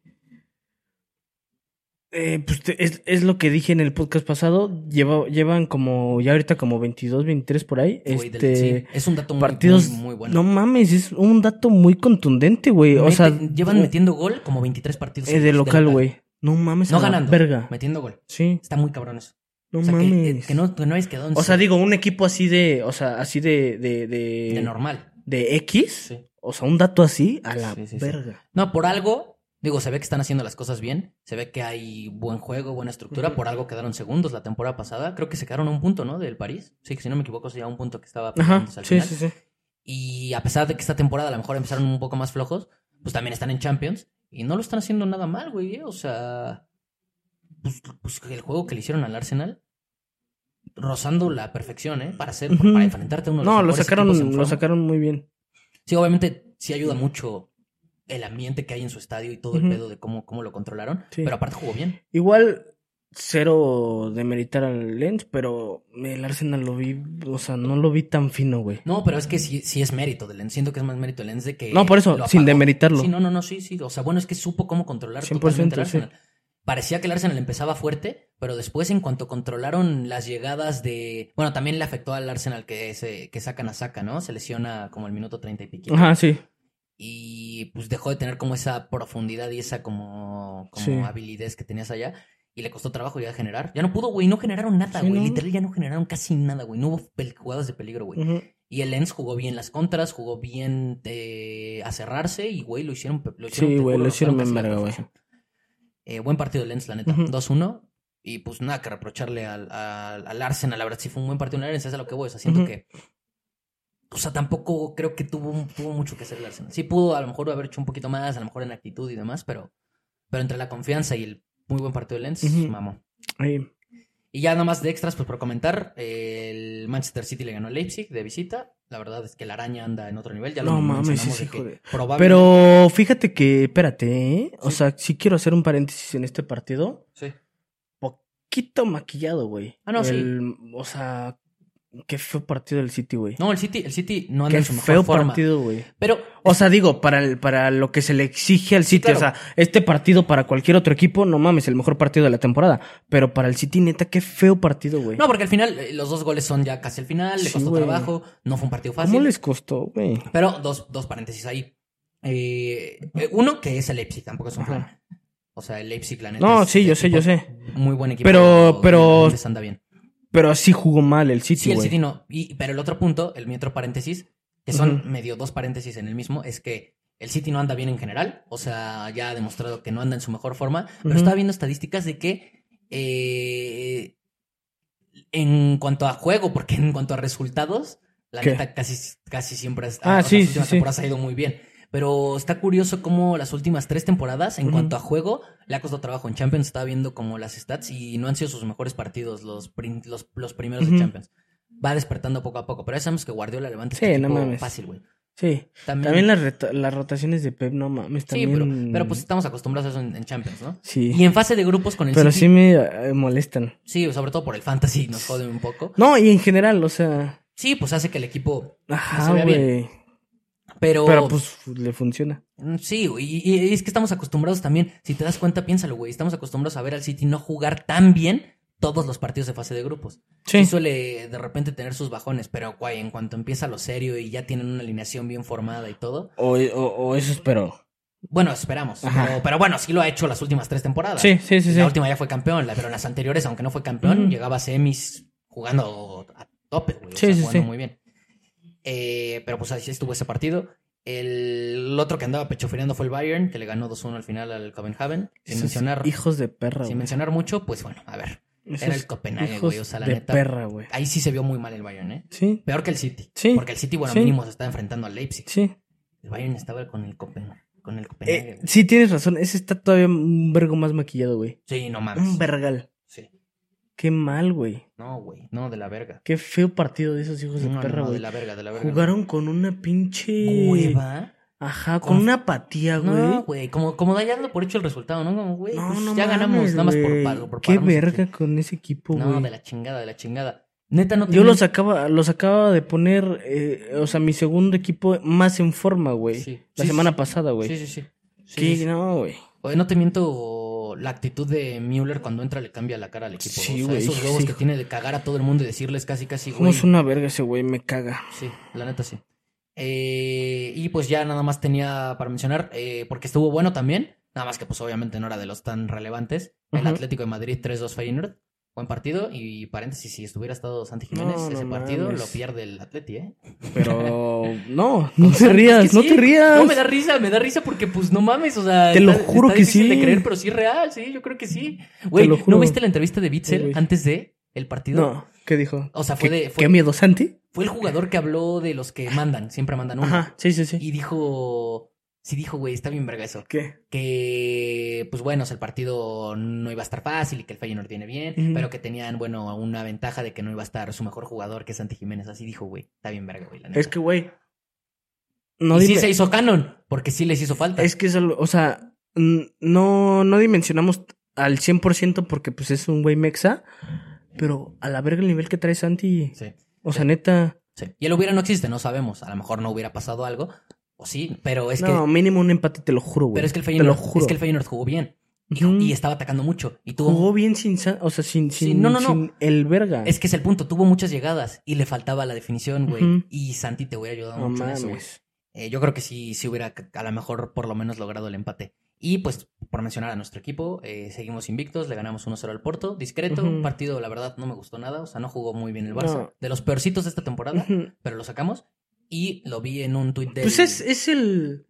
Eh, pues te, es, es lo que dije en el podcast pasado. Lleva, llevan como, ya ahorita como veintidós, veintitrés por ahí. Güey, este, del, sí. Es un dato muy, partidos, muy, muy bueno. No mames, es un dato muy contundente, güey. O sea, llevan metiendo gol como veintitrés partidos. Eh, de local, güey. No mames, no ganando, verga. Metiendo gol. Sí. Está muy cabrón eso. No o sea, mames. Que, que, no, que no habéis quedado en O sea, digo, un equipo así de, o sea, así de... De, de, de normal. De X. Sí. O sea, un dato así a la sí, sí, verga. Sí. No, por algo, digo, se ve que están haciendo las cosas bien. Se ve que hay buen juego, buena estructura. Uh-huh. Por algo quedaron segundos la temporada pasada. Creo que se quedaron a un punto, ¿no? Del París. Sí, que si no me equivoco, sería un punto que estaba... Ajá, sí, final. sí, sí. Y a pesar de que esta temporada a lo mejor empezaron un poco más flojos, pues también están en Champions. Y no lo están haciendo nada mal, güey. O sea... Pues, pues el juego que le hicieron al Arsenal, rozando la perfección, ¿eh? Para hacer, uh-huh. para enfrentarte a uno de los No, lo sacaron, lo sacaron muy bien. Sí, obviamente sí ayuda mucho el ambiente que hay en su estadio y todo uh-huh. el pedo de cómo, cómo lo controlaron, sí. Pero aparte jugó bien. Igual, cero de meritar al Lens, pero el Arsenal lo vi, o sea, no lo vi tan fino, güey. No, pero es que sí, sí es mérito del Lens, siento que es más mérito del Lens de que... No, por eso, sin demeritarlo. Sí, no, no, no, sí, sí, o sea, bueno, es que supo cómo controlar totalmente el Arsenal. Sí. Parecía que el Arsenal empezaba fuerte, pero después en cuanto controlaron las llegadas de... Bueno, también le afectó al Arsenal que, se, que sacan a Saka, ¿no? Se lesiona como el minuto treinta y piquito. Ajá, sí. Y pues dejó de tener como esa profundidad y esa como, como sí. habilidad que tenías allá. Y le costó trabajo ya generar. Ya no pudo, güey. No generaron nada, güey. Sí, ¿no? Literal ya no generaron casi nada, güey. No hubo pel- jugadas de peligro, güey. Uh-huh. Y el Lens jugó bien las contras, jugó bien eh, a cerrarse y, güey, lo hicieron... Lo hicieron sí, güey, lo hicieron en verga, güey. Eh, buen partido de Lens, la neta. Uh-huh. dos uno. Y pues nada que reprocharle al, al, al Arsenal. La verdad sí fue un buen partido en el Lens. Es a lo que voy. O sea, siento uh-huh. que... O sea, tampoco creo que tuvo, tuvo mucho que hacer el Arsenal. Sí pudo a lo mejor haber hecho un poquito más, a lo mejor en actitud y demás, pero... Pero entre la confianza y el muy buen partido de Lens, uh-huh. mamó. Ahí. Y ya nomás de extras, pues por comentar, el Manchester City le ganó al Leipzig de visita. La verdad es que la araña anda en otro nivel. Ya lo no mames, mames, hijo de... Probablemente... Pero fíjate que, espérate, ¿eh? O sí. sea, sí quiero hacer un paréntesis en este partido. Sí. Poquito maquillado, güey. Ah, no, el... sí. O sea, qué feo partido del City, güey. No, el City, el City no anda qué en su mejor feo forma. partido, güey. Pero... O sea, digo, para, el, para lo que se le exige al City, sí, claro. O sea, este partido para cualquier otro equipo, no mames, el mejor partido de la temporada. Pero para el City, neta, qué feo partido, güey. No, porque al final, los dos goles son ya casi al final, le costó sí, trabajo, no fue un partido fácil. ¿Cómo les costó, güey? Pero dos, dos paréntesis ahí. Eh, uno, que es el Leipzig, tampoco es un plan. O sea, el Leipzig, la neta. No, es, sí, yo sé, yo sé. Muy buen equipo. Pero, pero... anda bien. Pero sí jugó mal el City, Sí, el wey. City no. Y, pero el otro punto, el mi otro paréntesis, que son uh-huh. medio dos paréntesis en el mismo, es que el City no anda bien en general. O sea, ya ha demostrado que no anda en su mejor forma. Pero uh-huh. estaba viendo estadísticas de que eh, en cuanto a juego, porque en cuanto a resultados, la ¿Qué? neta casi, casi siempre ha, ah, o sí, sea, las últimas sí, temporadas sí. ha ido muy bien. Pero está curioso cómo las últimas tres temporadas, en uh-huh. cuanto a juego, le ha costado trabajo en Champions. Estaba viendo como las stats y no han sido sus mejores partidos los, los, los primeros uh-huh. de Champions. Va despertando poco a poco, pero ya sabemos que Guardiola levanta sí, este no equipo mames. fácil, güey. Sí, también, también las, reta- las rotaciones de Pep, no mames, también... Sí, pero, pero pues estamos acostumbrados a eso en, en Champions, ¿no? Sí. Y en fase de grupos con el pero City... Pero sí me eh, molestan. Sí, sobre todo por el fantasy, nos joden un poco. No, y en general, o sea... Sí, pues hace que el equipo Ajá, no se vea bien. Pero... Pero pues le funciona. Sí, y, y es que estamos acostumbrados también, si te das cuenta, piénsalo, güey, estamos acostumbrados a ver al City no jugar tan bien todos los partidos de fase de grupos. Sí. Sí suele de repente tener sus bajones, pero güey, en cuanto empieza lo serio y ya tienen una alineación bien formada y todo. O, o, o eso espero. Bueno, esperamos. Pero, pero bueno, sí lo ha hecho las últimas tres temporadas. Sí, sí, sí. La sí. última ya fue campeón, pero en las anteriores, aunque no fue campeón, mm. llegaba a semis jugando a tope, güey. O sí, sea, sí, jugando sí. muy bien. Eh, pero pues así estuvo ese partido. El otro que andaba pechofriando fue el Bayern, que le ganó dos uno al final al Copenhagen. Sin Esos mencionar, hijos de perra, sin güey. mencionar mucho, pues bueno, a ver. Esos Era el Copenhague, hijos güey. O sea, la de neta. perra, güey. Ahí sí se vio muy mal el Bayern, ¿eh? Sí, Peor que el City. Sí. Porque el City, bueno, Sí. mínimo se está enfrentando al Leipzig. sí. El Bayern estaba con el Copenhague. Con el Copenhague. Eh, güey. sí, tienes razón. Ese está todavía un vergo más maquillado, güey. Sí, no mames. Un vergal. Sí. Qué mal, güey. No, güey. No, de la verga. Qué feo partido de esos hijos de No, no, perra, no, güey. de la verga, de la verga. Jugaron con una pinche... Hueva. Ajá, con Con- una apatía, güey. No, güey. Como, como dando por hecho el resultado, ¿no? Como, güey, No, pues no ya ganamos. mames, Nada más por, güey. par- por Qué pararnos verga aquí. con ese equipo, güey. No, de la chingada, de la chingada. Neta, no Yo tienen- los acaba, los acaba de poner, eh, o sea, mi segundo equipo más en forma, güey. Sí, La sí, semana sí. pasada, güey. Sí, sí, sí. Sí, ¿Qué? sí, sí. No, güey. Oye, no te miento, la actitud de Müller cuando entra le cambia la cara al equipo. Sí, o sea, güey, esos huevos sí. que tiene de cagar a todo el mundo y decirles casi, casi, güey. Somos una verga ese güey, me caga. Sí, la neta sí. Eh, y pues ya nada más tenía para mencionar, eh, porque estuvo bueno también, nada más que pues obviamente no era de los tan relevantes. El Ujú. Atlético de Madrid tres dos Feyenoord, buen partido. Y paréntesis, si estuviera estado Santi Jiménez, No, no ese partido mames. lo pierde el Atleti, ¿eh? Pero no, no te Es rías, que no sí. te rías. No, me da risa, me da risa porque pues no mames, o sea... Te lo está- juro está que difícil sí. de creer, pero sí es real, sí, yo creo que sí. Güey, lo ¿no juro. viste la entrevista de Sí, Witzel güey. antes de el partido? No, ¿qué dijo? O sea, fue ¿Qué, de- fue- ¿qué miedo, Santi? Fue el jugador que habló de los que mandan, siempre mandan uno. Ajá, sí, sí, sí. Y dijo, sí dijo, güey, está bien verga eso. ¿Qué? Que, pues bueno, o sea, el partido no iba a estar fácil y que el Feyenoord viene bien, Ujú. pero que tenían, bueno, una ventaja de que no iba a estar su mejor jugador, que es Santi Jiménez. Así dijo, güey, está bien verga, güey, la neta. Es que, güey. No y sí dime- se hizo canon, porque sí les hizo falta. Es que es algo, o sea, n- no, no dimensionamos al cien por ciento porque pues es un güey mexa, pero a la verga el nivel que trae Santi, Sí, o sea, neta, sí. Y el hubiera no existe, no sabemos. A lo mejor no hubiera pasado algo, o sí, pero es no, que... mínimo un empate, te lo juro, güey. Pero es que el te lo Feyenoord, juro. es que el Feyenoord jugó bien. Y, Ujú. y estaba atacando mucho. Y tuvo... Jugó bien sin, San- o sea, sin, Sí, sin, no, no, no. sin el verga. Es que es el punto, tuvo muchas llegadas y le faltaba la definición, güey. Ujú. Y Santi te hubiera ayudado No mucho en eso, güey. mames. Eh, yo creo que sí, sí hubiera a lo mejor por lo menos logrado el empate. Y pues, por mencionar a nuestro equipo, eh, seguimos invictos, le ganamos uno cero al Porto, discreto, Ujú. un partido, la verdad, no me gustó nada, o sea, no jugó muy bien el Barça, No. de los peorcitos de esta temporada, Ujú. pero lo sacamos. Y lo vi en un tuit de... Pues es, es el...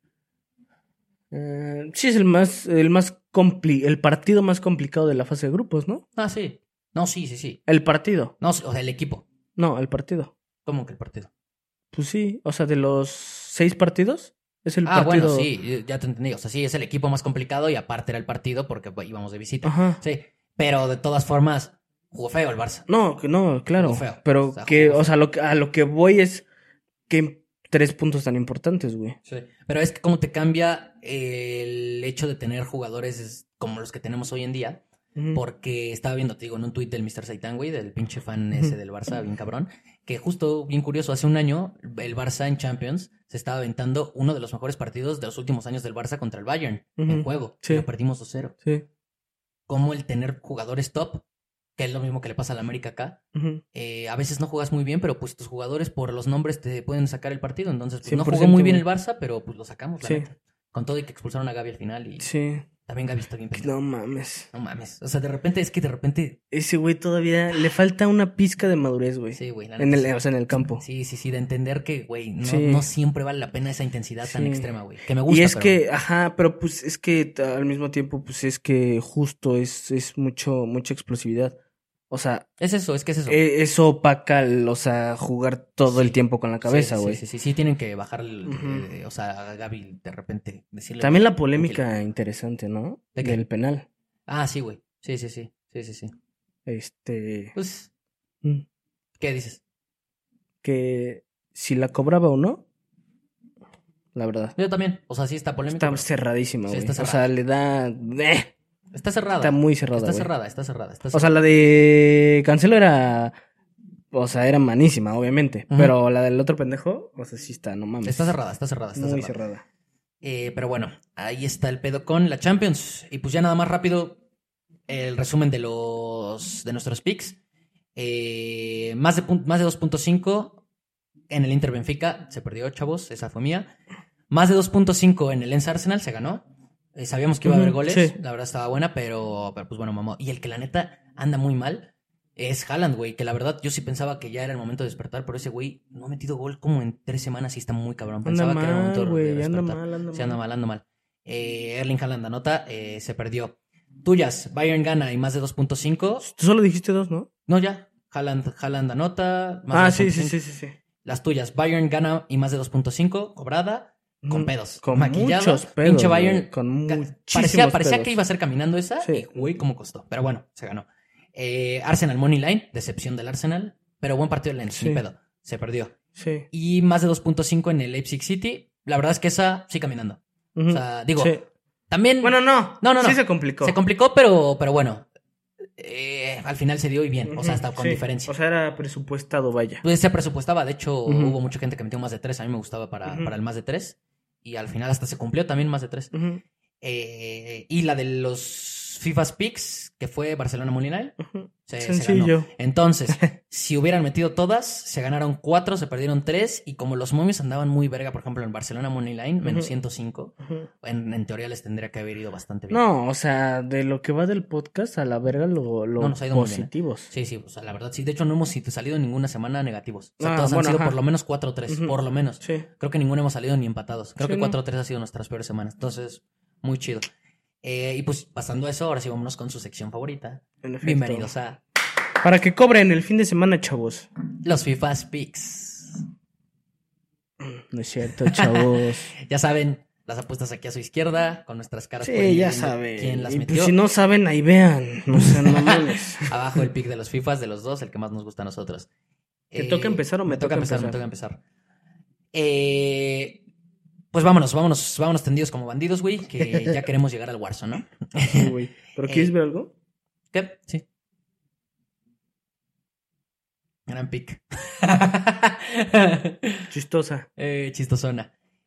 eh, sí, es el más, el más compli el partido más complicado de la fase de grupos, ¿no? Ah, sí. No, sí, sí, sí. El partido. No, o sea, el equipo. No, el partido. ¿Cómo que el partido? Pues sí, o sea, de los seis partidos, es el Ah, partido. bueno, sí, ya te entendí. O sea, sí, es el equipo más complicado y aparte era el partido porque pues, íbamos de visita. Ajá. Sí, pero de todas formas, jugó feo el Barça. No, que no, claro. Jugó feo. Pero O sea, que, jugó o sea, lo que, a lo que voy es que tres puntos tan importantes, güey. Sí. Pero es que cómo te cambia el hecho de tener jugadores como los que tenemos hoy en día. Ujú. Porque estaba viendo, te digo, en un tuit del mister Saitan, güey, del pinche fan Ujú. ese del Barça, bien cabrón, que justo, bien curioso, hace un año el Barça en Champions se estaba aventando uno de los mejores partidos de los últimos años del Barça contra el Bayern en Ujú. juego. Sí. Y lo perdimos dos cero. Sí. Como el tener jugadores top, que es lo mismo que le pasa al América acá, Ujú. eh, a veces no juegas muy bien, pero pues tus jugadores por los nombres te pueden sacar el partido. Entonces, pues no cien por jugó ciento, muy bien el güey. Barça, pero pues lo sacamos, la Sí. neta. Con todo y que expulsaron a Gaby al final y Sí. también Gaby está bien pendejo. No mames. No mames. O sea, de repente, es que de repente... Ese güey todavía le falta una pizca de madurez, güey. Sí, güey. la En neta, el, sí. o sea, en el campo. Sí, sí, sí, de entender que, güey, no, Sí. no siempre vale la pena esa intensidad tan Sí. extrema, güey. Que me gusta, Y es pero- que, ajá, pero pues es que t- al mismo tiempo, pues es que justo es, es mucho, mucha explosividad. O sea, Es eso, es que es eso. e- eso opaca, el- o sea, jugar todo el Sí. tiempo con la cabeza, Sí, güey. Sí, sí, sí, sí, tienen que bajar, el, Ujú. eh, o sea, a Gaby de repente decirle... También la tranquilo. polémica interesante, ¿no? ¿De qué? Del penal. Ah, sí, güey. Sí, sí, sí. Sí, sí, sí. Este. Pues, mm, ¿qué dices? que si la cobraba o no, la verdad. Yo también. O sea, sí está polémico. Está pero- cerradísima, Sí, güey. está O cerrada. sea, le da. eh, Está cerrada. Está muy cerrada, Está güey. cerrada, está cerrada. Está O sea, cerrada. la de Cancelo era. O sea, era manísima, obviamente. Ujú. Pero la del otro pendejo, o sea, sí está, no mames. Está cerrada, está cerrada, está Muy cerrada. cerrada. Eh, pero bueno, ahí está el pedo con la Champions. Y pues ya nada más rápido el resumen de los de nuestros picks. Eh, más de pun- más de dos punto cinco en el Inter Benfica, se perdió, chavos, esa fue mía. Más de dos punto cinco en el Lens Arsenal, se ganó. Eh, sabíamos que iba a haber Ujú, goles, sí. la verdad estaba buena, pero, pero pues bueno, mamá. Y el que la neta anda muy mal es Haaland, güey, que la verdad yo sí pensaba que ya era el momento de despertar, pero ese güey no ha metido gol como en tres semanas y está muy cabrón. Pensaba anda que era el momento mal, de güey, despertar. anda mal, anda Sí, mal. anda mal, anda mal. Eh, Erling Haaland anota, eh, se perdió. Tuyas, Bayern gana y más de dos punto cinco. Tú solo dijiste dos, ¿no? No, ya. Haaland, Haaland anota. Más Ah, de sí, dos punto sí, cinco. sí, sí, sí. Las tuyas, Bayern gana y más de dos punto cinco, cobrada, con Mm, pedos. Con maquillado. muchos pedos, Pinche Bayern. güey, con ca- muchísimos Parecía, parecía pedos. que iba a ser caminando esa. Sí. Y güey, cómo costó. Pero bueno, se ganó. Eh, Arsenal Money Line, decepción del Arsenal. Pero buen partido del Lens, Sí. ni pedo. Se perdió. Sí. Y más de dos punto cinco en el Leipzig City. La verdad es que esa sí caminando. Ujú. O sea, digo, Sí. también. Bueno, no. No, no, no. Sí se complicó. Se complicó, pero, pero bueno. Eh, al final se dio y bien. O sea, hasta Ujú, con sí. diferencia. O sea, era presupuestado, vaya. Pues se presupuestaba, de hecho, Ujú. hubo mucha gente que metió más de tres. A mí me gustaba para, Ujú. para el más de tres. Y al final hasta se cumplió también más de tres. Ujú, Eh, y la de los FIFA's Picks, que fue Barcelona Molinari, ujú. se, se Sencillo. ganó. Entonces, si hubieran metido todas, se ganaron cuatro, se perdieron tres. Y como los momios andaban muy verga, por ejemplo, en Barcelona Moneyline, menos Ujú. ciento cinco, Ujú. en, en teoría les tendría que haber ido bastante bien. No, o sea, de lo que va del podcast a la verga lo, lo No, nos ha ido muy bien, ¿eh? positivos. Sí, sí, o sea, la verdad, sí. De hecho, no hemos salido ninguna semana negativos. O sea, Ah, todos bueno, han sido ajá. por lo menos cuatro o tres, Ujú. por lo menos. Sí. Creo que ninguno hemos salido ni empatados. Creo Sí, que ¿no? cuatro o tres ha sido nuestras peores semanas. Entonces, muy chido. Eh, y pues, pasando a eso, ahora sí vámonos con su sección favorita. En efecto. Bienvenidos a Para que cobren el fin de semana, chavos. los FIFA's Picks. No es cierto, chavos. Ya saben, las apuestas aquí a su izquierda, con nuestras caras. por Sí, ahí ya viendo saben. ¿Quién las Y metió? pues si no saben, ahí vean. No sean mamones. Abajo el pick de los FIFAs, de los dos, el que más nos gusta a nosotros. ¿Te toca empezar o me toca empezar? empezar? Me toca empezar. Eh, pues vámonos, vámonos, vámonos tendidos como bandidos, güey, que ya queremos llegar al Warzone, ¿no? Sí, güey. ¿Pero quieres Eh, ver algo? ¿Qué? Sí. Gran pick. Chistosa. eh, chistosona.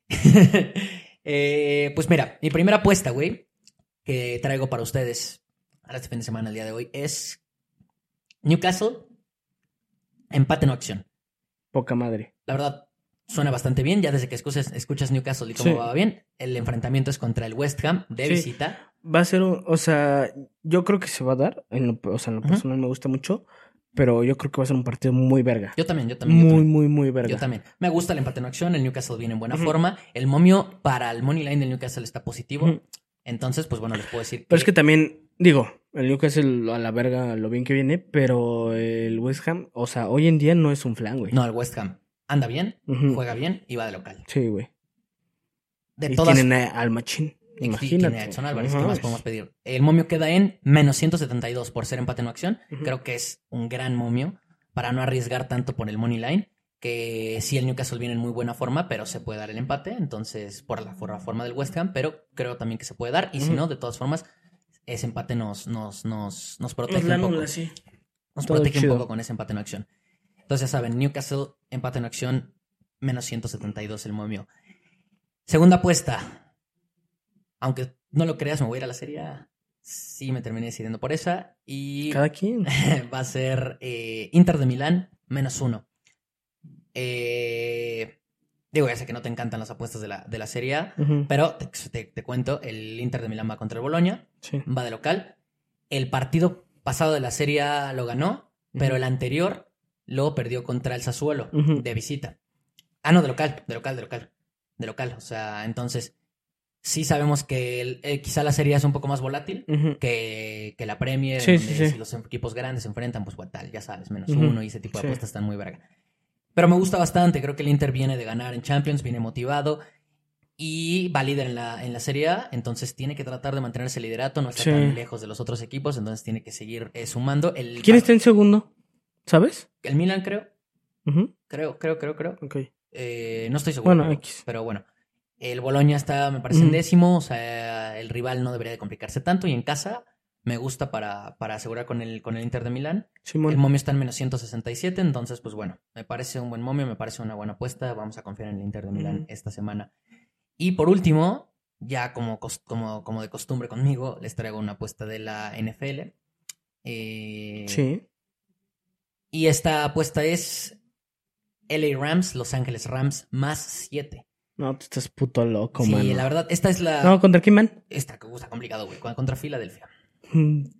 eh, pues mira, mi primera apuesta, güey, que traigo para ustedes para este fin de semana, el día de hoy, es Newcastle, empate no acción. Poca madre. La verdad, suena bastante bien, ya desde que escuchas, escuchas Newcastle y cómo Sí. va bien. El enfrentamiento es contra el West Ham de Sí. visita. Va a ser un... O sea, yo creo que se va a dar. En lo, o sea, en lo Ujú. personal me gusta mucho. Pero yo creo que va a ser un partido muy verga. Yo también, yo también. yo Muy, también. muy, muy verga. Yo también. Me gusta el empate en acción. El Newcastle viene en buena Ujú. forma. El momio para el money line del Newcastle está positivo. Ujú. Entonces, pues bueno, les puedo decir que... Pero es que también, digo, el Newcastle a la verga lo bien que viene, pero el West Ham, o sea, hoy en día no es un flan, güey. No, el West Ham anda bien, Ujú. juega bien y va de local. Sí, güey. De Y todas... tienen a- al Machín. y Imagínate. tiene a Edson Álvarez, ¿qué Ajá. más podemos pedir? El momio queda en menos ciento setenta y dos por ser empate en acción. Ujú. Creo que es un gran momio para no arriesgar tanto por el money line. Que sí, el Newcastle viene en muy buena forma, pero se puede dar el empate. Entonces, por la, por la forma del West Ham, pero creo también que se puede dar. Y si Ujú. no, de todas formas, ese empate nos, nos, nos, nos protege Nos la un poco. anula, sí. Nos Todo protege chido. un poco con ese empate en acción. Entonces, ya saben, Newcastle, empate en acción, menos ciento setenta y dos el momio. Segunda apuesta. Aunque no lo creas, me voy a ir a la Serie A. Sí, me terminé decidiendo por esa. Y Cada quien. va a ser eh, Inter de Milán, menos uno. Eh, digo, ya sé que no te encantan las apuestas de la, de la Serie A, Ujú. pero te, te- te cuento, el Inter de Milán va contra el Bologna, Sí. va de local. El partido pasado de la Serie A lo ganó, pero Ujú. el anterior lo perdió contra el Sassuolo, Ujú. de visita. Ah, no, de local, de local, de local. De local, o sea, entonces sí sabemos que el- eh, quizá la Serie A es un poco más volátil Ujú. que, que la Premier, Sí, en sí, donde sí. si los equipos grandes se enfrentan, pues bueno, tal, ya sabes, menos Ujú. uno y ese tipo de Sí. apuestas están muy verga. Pero me gusta bastante, creo que el Inter viene de ganar en Champions, viene motivado y va líder en la, en la Serie A, entonces tiene que tratar de mantener ese liderato, no está Sí. tan lejos de los otros equipos, entonces tiene que seguir eh, sumando. El, ¿Quién está en segundo? ¿Sabes? El Milan, creo, Ujú. creo, creo, creo, creo. Ok. Eh, no estoy seguro. Bueno, pero, X. pero bueno. El Bologna está, me parece, en Ujú. décimo. O sea, el rival no debería de complicarse tanto. Y en casa me gusta para, para asegurar con el, con el Inter de Milán. Simón. El momio está en menos ciento sesenta y siete. Entonces, pues bueno, me parece un buen momio, me parece una buena apuesta. Vamos a confiar en el Inter de Milán Ujú. esta semana. Y por último, ya como, cos- como, como de costumbre conmigo, les traigo una apuesta de la N F L. Eh, Sí. Y esta apuesta es L A Rams, Los Ángeles Rams, más siete. No, tú estás puto loco, Sí, mano. la verdad, esta es la... No, ¿contra quién, man? Esta está complicado, güey. Contra Filadelfia. Mm.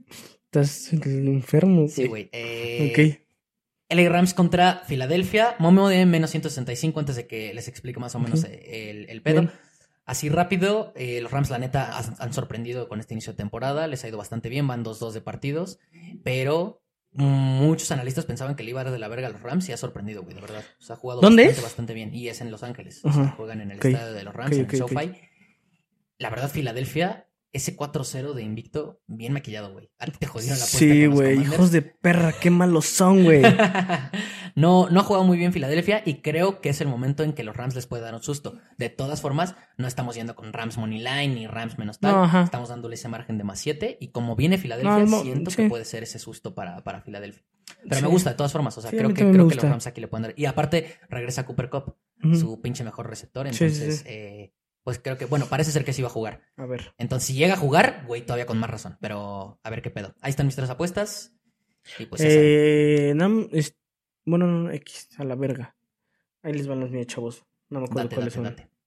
Estás enfermo, güey. Sí, güey. Eh, Ok. L A Rams contra Filadelfia. Momio de menos ciento sesenta y cinco antes de que les explique más o menos Ujú. el, el pedo. Bien. Así rápido, eh, los Rams la neta han, han sorprendido con este inicio de temporada. Les ha ido bastante bien, van dos dos de partidos. Pero muchos analistas pensaban que le iba a dar de la verga a los Rams y ha sorprendido, güey, de verdad. O sea, ha jugado ¿Dónde bastante, es? bastante bien. Y es en Los Ángeles. Ajá. O sea, juegan en el Ok. estadio de los Rams, Ok, en ok, el ok. SoFi. La verdad, Filadelfia, ese cuatro cero de invicto, bien maquillado, güey. A ti te jodieron la apuesta Sí, con los güey, Commanders. hijos de perra, qué malos son, güey. no, no ha jugado muy bien Filadelfia y creo que es el momento en que los Rams les puede dar un susto. De todas formas, no estamos yendo con Rams money line ni Rams menos tal. No, ajá. Estamos dándole ese margen de más siete y como viene Filadelfia, No, mo- siento sí. que puede ser ese susto para, para Filadelfia. Pero Sí. me gusta de todas formas, o sea, Sí, a creo mí que también me creo que los gusta. Rams aquí le pueden dar. Y aparte regresa Cooper Kupp, Ujú. su pinche mejor receptor, Sí, sí, entonces sí. eh, pues creo que bueno, parece ser que sí va a jugar. A ver. Entonces, si llega a jugar, güey, todavía con más razón. Pero a ver qué pedo. Ahí están mis tres apuestas. Y pues ya saben. Eh, nam- es- bueno, no, no, X, a la verga. Ahí les van los míos, chavos. No me acuerdo Date, cuáles date, son. date.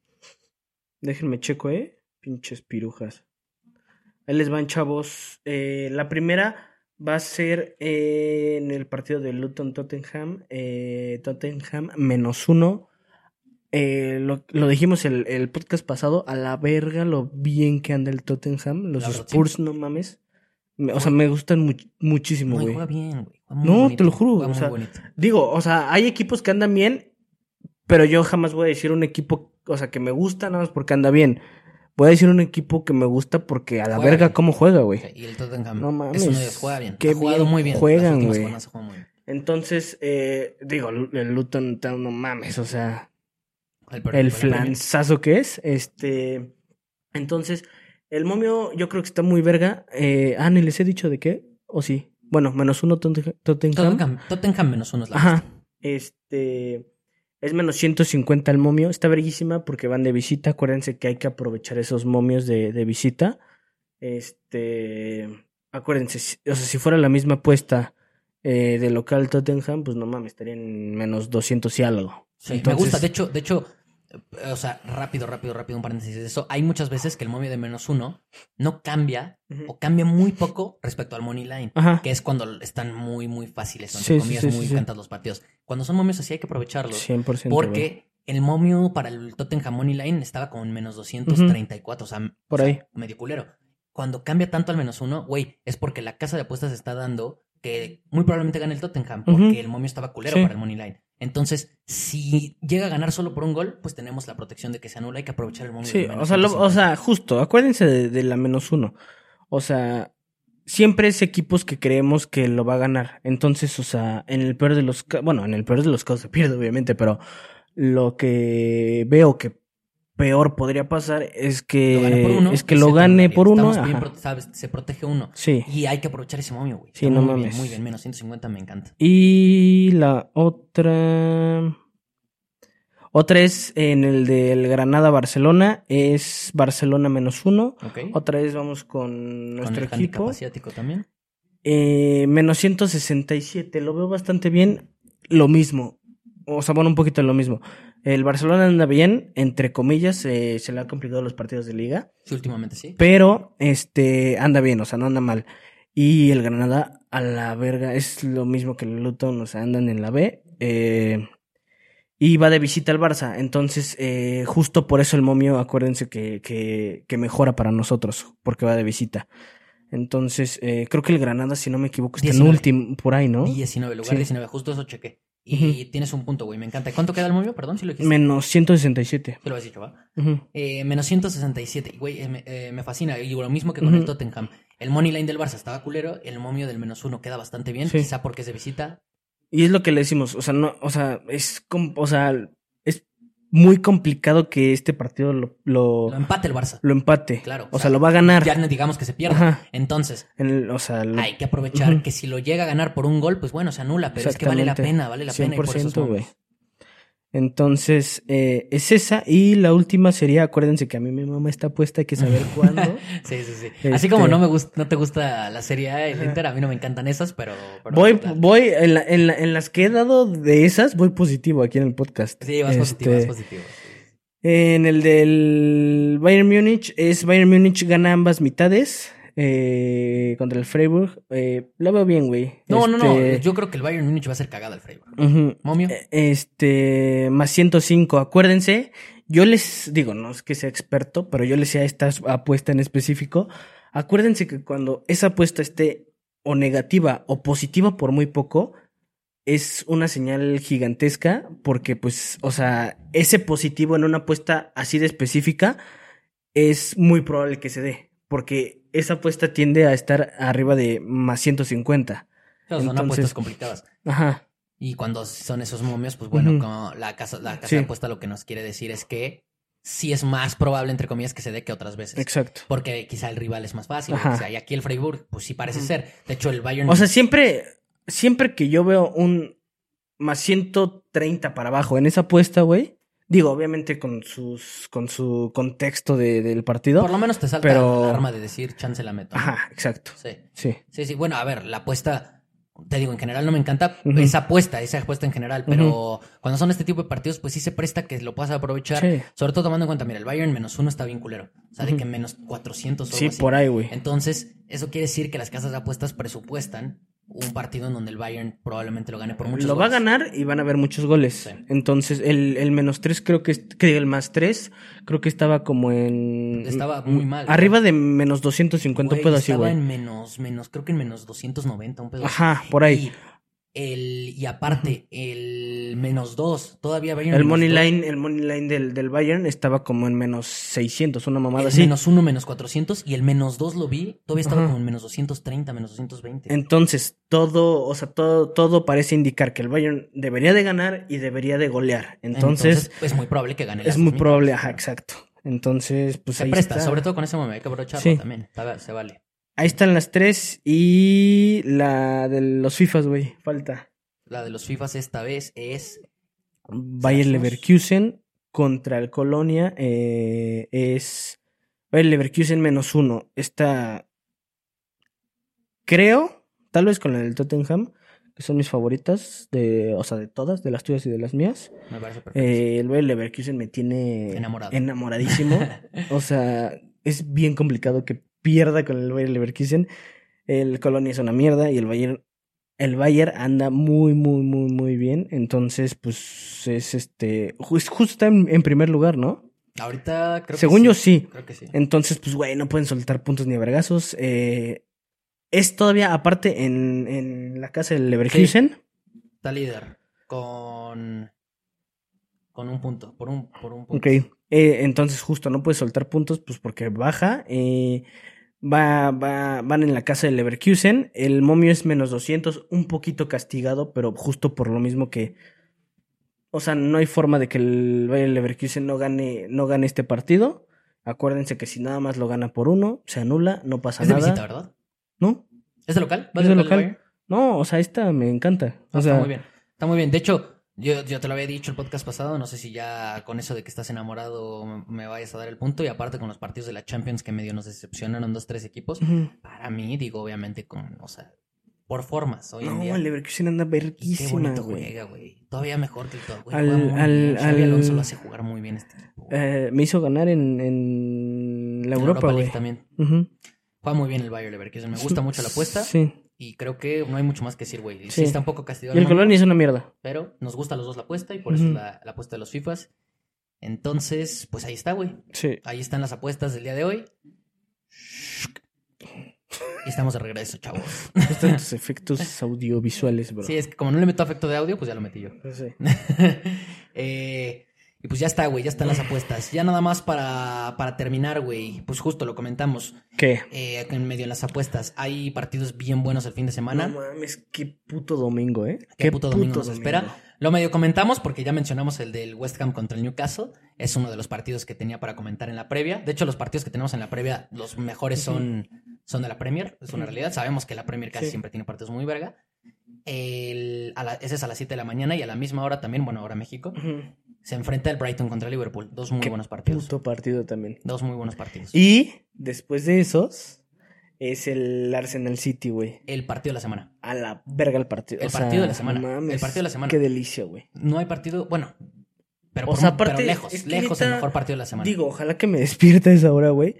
Déjenme checo, ¿eh? Pinches pirujas. Ahí les van, chavos. Eh, la primera va a ser eh, en el partido de Luton Tottenham. Eh, Tottenham menos uno. Eh, lo, lo dijimos el, el podcast pasado. A la verga lo bien que anda el Tottenham. Los La verdad, Spurs, sí. no mames. Me- o sea, me gustan much- muchísimo, No, y güey. juega bien, güey. Juega muy No, bonito, te lo juro, juega o muy sea, bonito. Digo, o sea, hay equipos que andan bien, pero yo jamás voy a decir un equipo, o sea, que me gusta nada más porque anda bien. Voy a decir un equipo que me gusta porque a la Juega verga bien. cómo juega, güey. Sí, y el Tottenham No mames, es uno de ellos. Juega bien. qué Ha jugado bien muy bien. juegan, Las últimas güey. semanas ha jugado muy bien. Entonces, eh, digo, el Luton, no mames, o sea, El, per- el la Premier. flanzazo que es. Este, entonces, el momio yo creo que está muy verga. Eh, ah, ni les he dicho de qué, o sí. Bueno, menos uno Totten- Tottenham. Tottenham, Tottenham menos uno es la Ajá. apuesta. Este es menos ciento cincuenta el momio. Está verguísima porque van de visita. Acuérdense que hay que aprovechar esos momios de, de visita. Este. Acuérdense, si- o sea, si fuera la misma apuesta eh, de local Tottenham, pues no mames, estarían en menos doscientos y algo. Sí, Entonces- me gusta. De hecho, de hecho, eh, o sea, rápido, rápido, rápido, un paréntesis de eso. Hay muchas veces que el momio de menos uno no cambia Ujú. o cambia muy poco respecto al money line. Ajá. Que es cuando están muy, muy fáciles, o Sí, entre sí, comillas, sí, muy sí, sí. cantas los partidos. Cuando son momios así hay que aprovecharlos. cien por ciento. güey. Porque el momio para el Tottenham Money Line estaba como en menos doscientos treinta y cuatro, o sea, Por o sea, ahí. medio culero. Cuando cambia tanto al menos uno, güey, es porque la casa de apuestas está dando que muy probablemente gane el Tottenham, porque Ujú. el momio estaba culero Sí. para el Money Line. Entonces, si llega a ganar solo por un gol, pues tenemos la protección de que se anula, hay que aprovechar el momio. Sí, de menos o sea, lo- ciento o cincuenta. sea, justo, acuérdense de, de la menos uno. O sea, siempre es equipos que creemos que lo va a ganar. Entonces, o sea, en el peor de los casos, bueno, en el peor de los casos se pierde, obviamente, pero lo que veo que peor podría pasar es que Lo gane por uno, es que y lo se gane anularía. por uno. Estamos bien Ajá. prote- ¿sabes? Se protege uno. Sí. Y hay que aprovechar ese momio, güey. Sí, Está no muy mames. bien, muy bien, menos ciento cincuenta me encanta. Y la otra. Otra es en el del Granada-Barcelona, es Barcelona menos uno. Ok. Otra vez vamos con Con nuestro el handicap equipo. asiático también. Eh, menos ciento sesenta y siete, lo veo bastante bien. Lo mismo, o sea, bueno, un poquito lo mismo. El Barcelona anda bien, entre comillas, eh, se le han complicado los partidos de liga, Sí, últimamente sí. pero este anda bien, o sea, no anda mal. Y el Granada a la verga es lo mismo que el Luton, o sea, andan en la B. Eh, y va de visita al Barça, entonces eh, justo por eso el momio, acuérdense que, que, que mejora para nosotros, porque va de visita. Entonces, eh, creo que el Granada, si no me equivoco, está en diecinueve. último, por ahí, ¿no? diecinueve, lugar Sí. diecinueve, justo eso chequé. Y Ujú. tienes un punto, güey, me encanta. ¿Cuánto queda el momio? Perdón, si lo dijiste. Menos ciento sesenta y siete. Te lo has dicho, ¿va? Ujú. Eh, menos ciento sesenta y siete. Güey, eh, me, eh, me fascina. Y lo mismo que con Ujú. el Tottenham. El money line del Barça estaba culero. El momio del menos uno queda bastante bien. Sí. Quizá porque es de visita. Y es lo que le decimos, o sea, no, o sea, es, com- o sea, es muy complicado que este partido lo, lo, Lo empate el Barça. lo empate. Claro. O sea, lo va a ganar. Ya no digamos que se pierda. Ajá. Entonces, En el- o sea, lo- hay que aprovechar Ujú. que si lo llega a ganar por un gol, pues bueno, se anula. Pero es que vale la Exactamente. pena, vale la pena. Y por esos cien por ciento, güey. momios. Entonces, eh, es esa. Y la última sería, acuérdense que a mí mi mamá está puesta, hay que saber cuándo. Sí, sí, sí. Este- Así como no me gusta, no te gusta la Serie A, el Inter, a mí no me encantan esas, pero. pero Voy, claro. voy, en, la- en, la- en las que he dado de esas, voy positivo aquí en el podcast. Sí, vas positivo, Este, vas positivo. En el del Bayern Múnich, es Bayern Múnich gana ambas mitades. eh, contra el Freiburg. Eh, lo veo bien, güey. No, este... no, no. Yo creo que el Bayern Múnich va a ser cagada al Freiburg. Uh-huh. Momio. Este, más ciento cinco. Acuérdense, yo les digo, no es que sea experto, pero yo les decía esta apuesta en específico. Acuérdense que cuando esa apuesta esté o negativa o positiva por muy poco, es una señal gigantesca porque, pues, o sea, ese positivo en una apuesta así de específica es muy probable que se dé, porque esa apuesta tiende a estar arriba de más ciento cincuenta. Claro, son Entonces, apuestas complicadas. Ajá. Y cuando son esos momios, pues bueno, Uh-huh. como la casa, la casa Sí. de apuesta lo que nos quiere decir es que sí es más probable, entre comillas, que se dé que otras veces. Exacto. Porque quizá el rival es más fácil. Ajá. O sea, y aquí el Freiburg, pues sí parece Uh-huh. ser. De hecho, el Bayern... O sea, siempre, siempre que yo veo un más ciento treinta para abajo en esa apuesta, güey, digo, obviamente con sus, con su contexto de, del partido. Por lo menos te salta pero... la alarma de decir chance la meto, ¿no? Ajá, exacto. Sí. Sí. Sí, sí. Bueno, a ver, la apuesta, te digo, en general no me encanta Uh-huh. esa apuesta, esa apuesta en general, pero Uh-huh. cuando son este tipo de partidos, pues sí se presta que lo puedas aprovechar. Sí. Sobre todo tomando en cuenta, mira, el Bayern menos uno está bien culero. O sea, de Uh-huh. que menos cuatrocientos o algo Sí, así. por ahí, güey. Entonces, eso quiere decir que las casas de apuestas presupuestan un partido en donde el Bayern probablemente lo gane por muchos Lo goles. va a ganar y van a haber muchos goles. Sí. Entonces, el, el menos tres creo que, es, que el más tres creo que estaba como en... Estaba muy mal. Arriba güey. de menos doscientos cincuenta, un Güey, pedo así, estaba güey. en menos, menos, creo que en menos doscientos noventa, un pedo así. Ajá, por ahí. Y, el, y aparte, el menos dos, todavía Bayern El menos money dos. line, el money line del, del Bayern estaba como en menos seiscientos, una mamada El así. menos uno, menos cuatrocientos, y el menos dos lo vi, todavía estaba Ajá. como en menos doscientos treinta, menos doscientos veinte. Entonces, todo, o sea, todo, todo parece indicar que el Bayern debería de ganar y debería de golear. Entonces, es muy probable que gane. es muy probable, ajá, exacto. Entonces, pues Se ahí presta, está. sobre todo con ese momento, hay que aprovecharlo Sí. también, está- se vale. Ahí están las tres y la de los FIFAs, güey, falta. La de los FIFAs esta vez es... Bayer ¿Sabes? Leverkusen contra el Colonia eh, es Bayer Leverkusen menos uno. Esta creo, tal vez con la del Tottenham, que son mis favoritas, de, o sea, de todas, de las tuyas y de las mías. Me parece perfecto. Eh, el Bayer Leverkusen me tiene Enamorado. enamoradísimo. O sea, es bien complicado que pierda con el Bayer Leverkusen. El Colonia es una mierda y el Bayern El Bayern anda muy, muy, muy, muy bien. Entonces, pues, es este... Just, justo está en, en primer lugar, ¿no? Ahorita creo Según que yo, sí. sí. Creo que sí. Entonces, pues, güey, no pueden soltar puntos ni vergazos. Eh, es todavía, aparte, en, en la casa del Leverkusen. Está líder con... Con un punto, por un, por un punto. Ok. Eh, entonces, justo, no puede soltar puntos, pues, porque baja. Eh... Va, va, van en la casa del Leverkusen. El momio es menos doscientos, un poquito castigado, pero justo por lo mismo que... O sea, no hay forma de que el Bayer Leverkusen no gane, no gane este partido. Acuérdense que si nada más lo gana por uno, se anula, no pasa Es de nada. visita, ¿verdad? ¿No? ¿Es de local? ¿Va Es de el local. Bayern? No, o sea, esta me encanta. No, O sea, está muy bien. Está muy bien. De hecho, yo, yo te lo había dicho el podcast pasado. No sé si ya con eso de que estás enamorado me, me vayas a dar el punto. Y aparte con los partidos de la Champions que medio nos decepcionaron dos, tres equipos. Ujú. Para mí, digo, obviamente con, o sea, por formas hoy en No, día. el Leverkusen anda Y qué verguísima, bonito güey. juega, güey. Todavía mejor que el todo, güey. Al- Juega muy al- bien. Xavi al- Alonso lo hace jugar muy bien este equipo. güey. Eh, me hizo ganar en, en la En Europa, League güey. también. Ujú. Juega muy bien el Bayer Leverkusen. Me gusta mucho la apuesta. Sí. Y creo que no hay mucho más que decir, güey. Sí, Sí. está un poco castigado. Y el momio, Colonia es una mierda. Pero nos gusta a los dos la apuesta y por eso Ujú. es la, la apuesta de los FIFAs. Entonces, pues ahí está, güey. Sí. Ahí están las apuestas del día de hoy. Y estamos de regreso, chavos. Están tus efectos audiovisuales, bro. Sí, es que como no le meto efecto de audio, pues ya lo metí yo. Sí. eh, y pues ya está, güey, ya están las apuestas. Ya nada más para, para terminar, güey. Pues justo lo comentamos. ¿Qué? Eh, en medio de las apuestas. Hay partidos bien buenos el fin de semana. No mames, qué puto domingo, ¿eh? Qué puto domingo nos espera. Lo medio comentamos porque ya mencionamos el del West Ham contra el Newcastle. Es uno de los partidos que tenía para comentar en la previa. De hecho, los partidos que tenemos en la previa, los mejores son, son de la Premier. Es una realidad. Sabemos que la Premier casi Sí. siempre tiene partidos muy verga. El, a la, ese es a las siete de la mañana y a la misma hora también, bueno, ahora México, Ujú. se enfrenta el Brighton contra el Liverpool. Dos muy Qué buenos partidos. Puto partido también. Dos muy buenos partidos. Y después de esos, es el Arsenal City, güey. El partido de la semana. A la verga el partido. El O sea, partido de la semana. no mames, El partido de la semana. Qué delicia, güey. No hay partido, bueno, pero, O por sea, un- pero aparte, lejos, es que lejos el neta, mejor partido de la semana. Digo, ojalá que me despierta a esa hora, güey.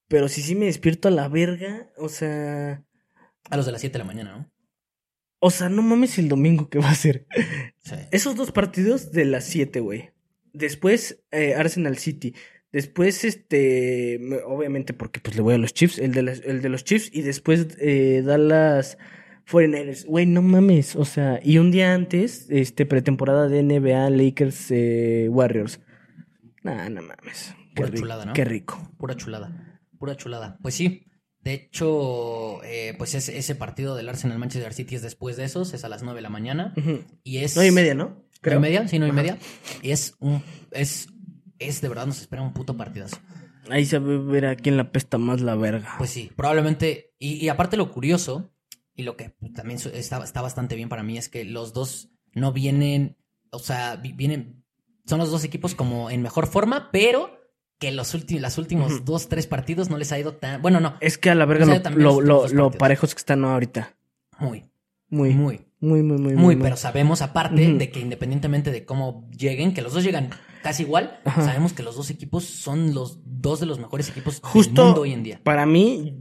Pero si sí me despierto a la verga, o sea... A los de las siete de la mañana, ¿no? O sea, no mames el domingo que va a ser. Sí. Esos dos partidos de las siete, güey. Después, eh, Arsenal City. Después, este... Obviamente porque pues le voy a los Chiefs. El de, las, el de los Chiefs. Y después eh, Dallas cuarenta y nueve ers. Güey, no mames. O sea, y un día antes, este pretemporada de N B A, Lakers, eh, Warriors. Nah, no mames. Qué Pura rico, chulada, ¿no? Qué rico. Pura chulada. Pura chulada. Pues sí. De hecho, eh, pues ese, ese partido del Arsenal-Manchester City es después de esos. Es a las nueve de la mañana. Uh-huh. Y es... nueve y media, ¿no? Creo. ¿nueve y media? Sí, nueve y media. Y es un... Es, es de verdad, nos espera un puto partidazo. Ahí se va a ver a quién la pesta más la verga. Pues sí, probablemente. Y, y aparte lo curioso, y lo que también está, está bastante bien para mí, es que los dos no vienen... O sea, vienen... Son los dos equipos como en mejor forma, pero... que los últimos, los últimos uh-huh. dos, tres partidos no les ha ido tan... Bueno, no. Es que a la verga no lo, lo, lo, lo parejos que están ahorita. Muy. Muy. Muy. Muy, muy, muy. Muy, pero sabemos aparte uh-huh. de que independientemente de cómo lleguen, que los dos llegan casi igual, uh-huh. sabemos que los dos equipos son los dos de los mejores equipos Justo del mundo hoy en día. Para mí,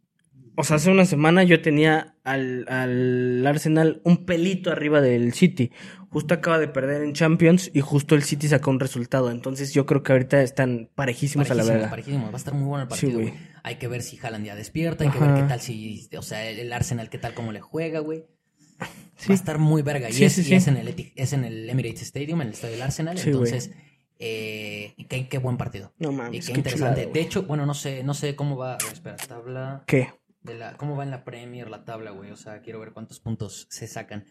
o sea, hace una semana yo tenía al, al Arsenal un pelito arriba del City. Justo acaba de perder en Champions y justo el City sacó un resultado. Entonces yo creo que ahorita están parejísimos, parejísimos a la verga. Parejísimos, va a estar muy bueno el partido, güey. Sí, hay que ver si Haaland ya despierta, hay Ajá. que ver qué tal si... O sea, el Arsenal qué tal cómo le juega, güey. Sí. Va a estar muy verga. Y, sí, es, sí, y sí. Es, en el, es en el Emirates Stadium, en el estadio del Arsenal. Sí, entonces, eh, qué, qué buen partido. No mames, y qué, qué interesante. chulado, de hecho, bueno, no sé, no sé cómo va... Espera, tabla... ¿Qué? De la, ¿Cómo va en la Premier la tabla, güey? O sea, quiero ver cuántos puntos se sacan.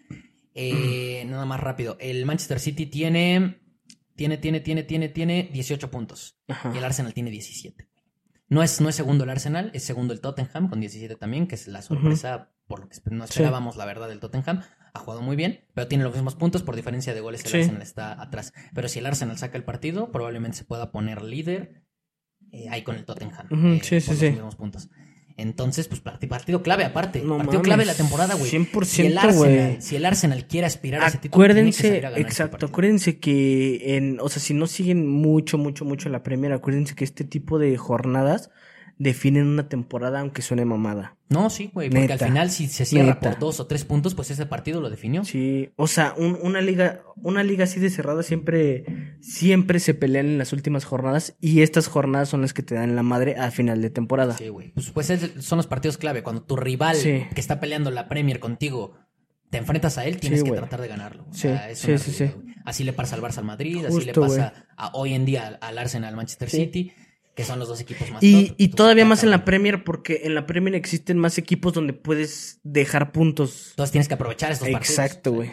Eh, nada más rápido. El Manchester City tiene... Tiene, tiene, tiene, tiene, tiene dieciocho puntos. Ajá. Y el Arsenal tiene diecisiete. No es, no es segundo el Arsenal, es segundo el Tottenham con diecisiete también, que es la sorpresa uh-huh. por lo que no esperábamos, sí. la verdad, del Tottenham. Ha jugado muy bien, pero tiene los mismos puntos. Por diferencia de goles, el sí. Arsenal está atrás. Pero si el Arsenal saca el partido, probablemente se pueda poner líder eh, ahí con el Tottenham. Uh-huh. eh, sí, por sí, los sí. mismos puntos. Entonces, pues partido clave aparte. No partido mames, clave de la temporada, güey. cien por ciento, si el Arsenal, güey. Si el Arsenal quiere aspirar a ese título, acuérdense, tiene que salir a ganar exacto, acuérdense que en, o sea, si no siguen mucho, mucho, mucho la Premier, acuérdense que este tipo de jornadas definen una temporada, aunque suene mamada. No, sí, güey, porque neta, al final si se cierra neta. por dos o tres puntos, pues ese partido lo definió. Sí, o sea, un, una liga, una liga así de cerrada siempre, siempre se pelean en las últimas jornadas y estas jornadas son las que te dan la madre al final de temporada. Sí, güey. Pues, pues es, son los partidos clave. Cuando tu rival sí. que está peleando la Premier contigo te enfrentas a él, tienes sí, que tratar de ganarlo. O sí, sea, es sí, sí, sí. Así le pasa al Barça al Madrid, Justo, así le pasa güey. a, hoy en día al Arsenal, al Manchester sí. City. Que son los dos equipos más Y, top, y pues, todavía más en la Premier, porque en la Premier existen más equipos donde puedes dejar puntos. Entonces tienes que aprovechar estos partidos. Exacto, güey.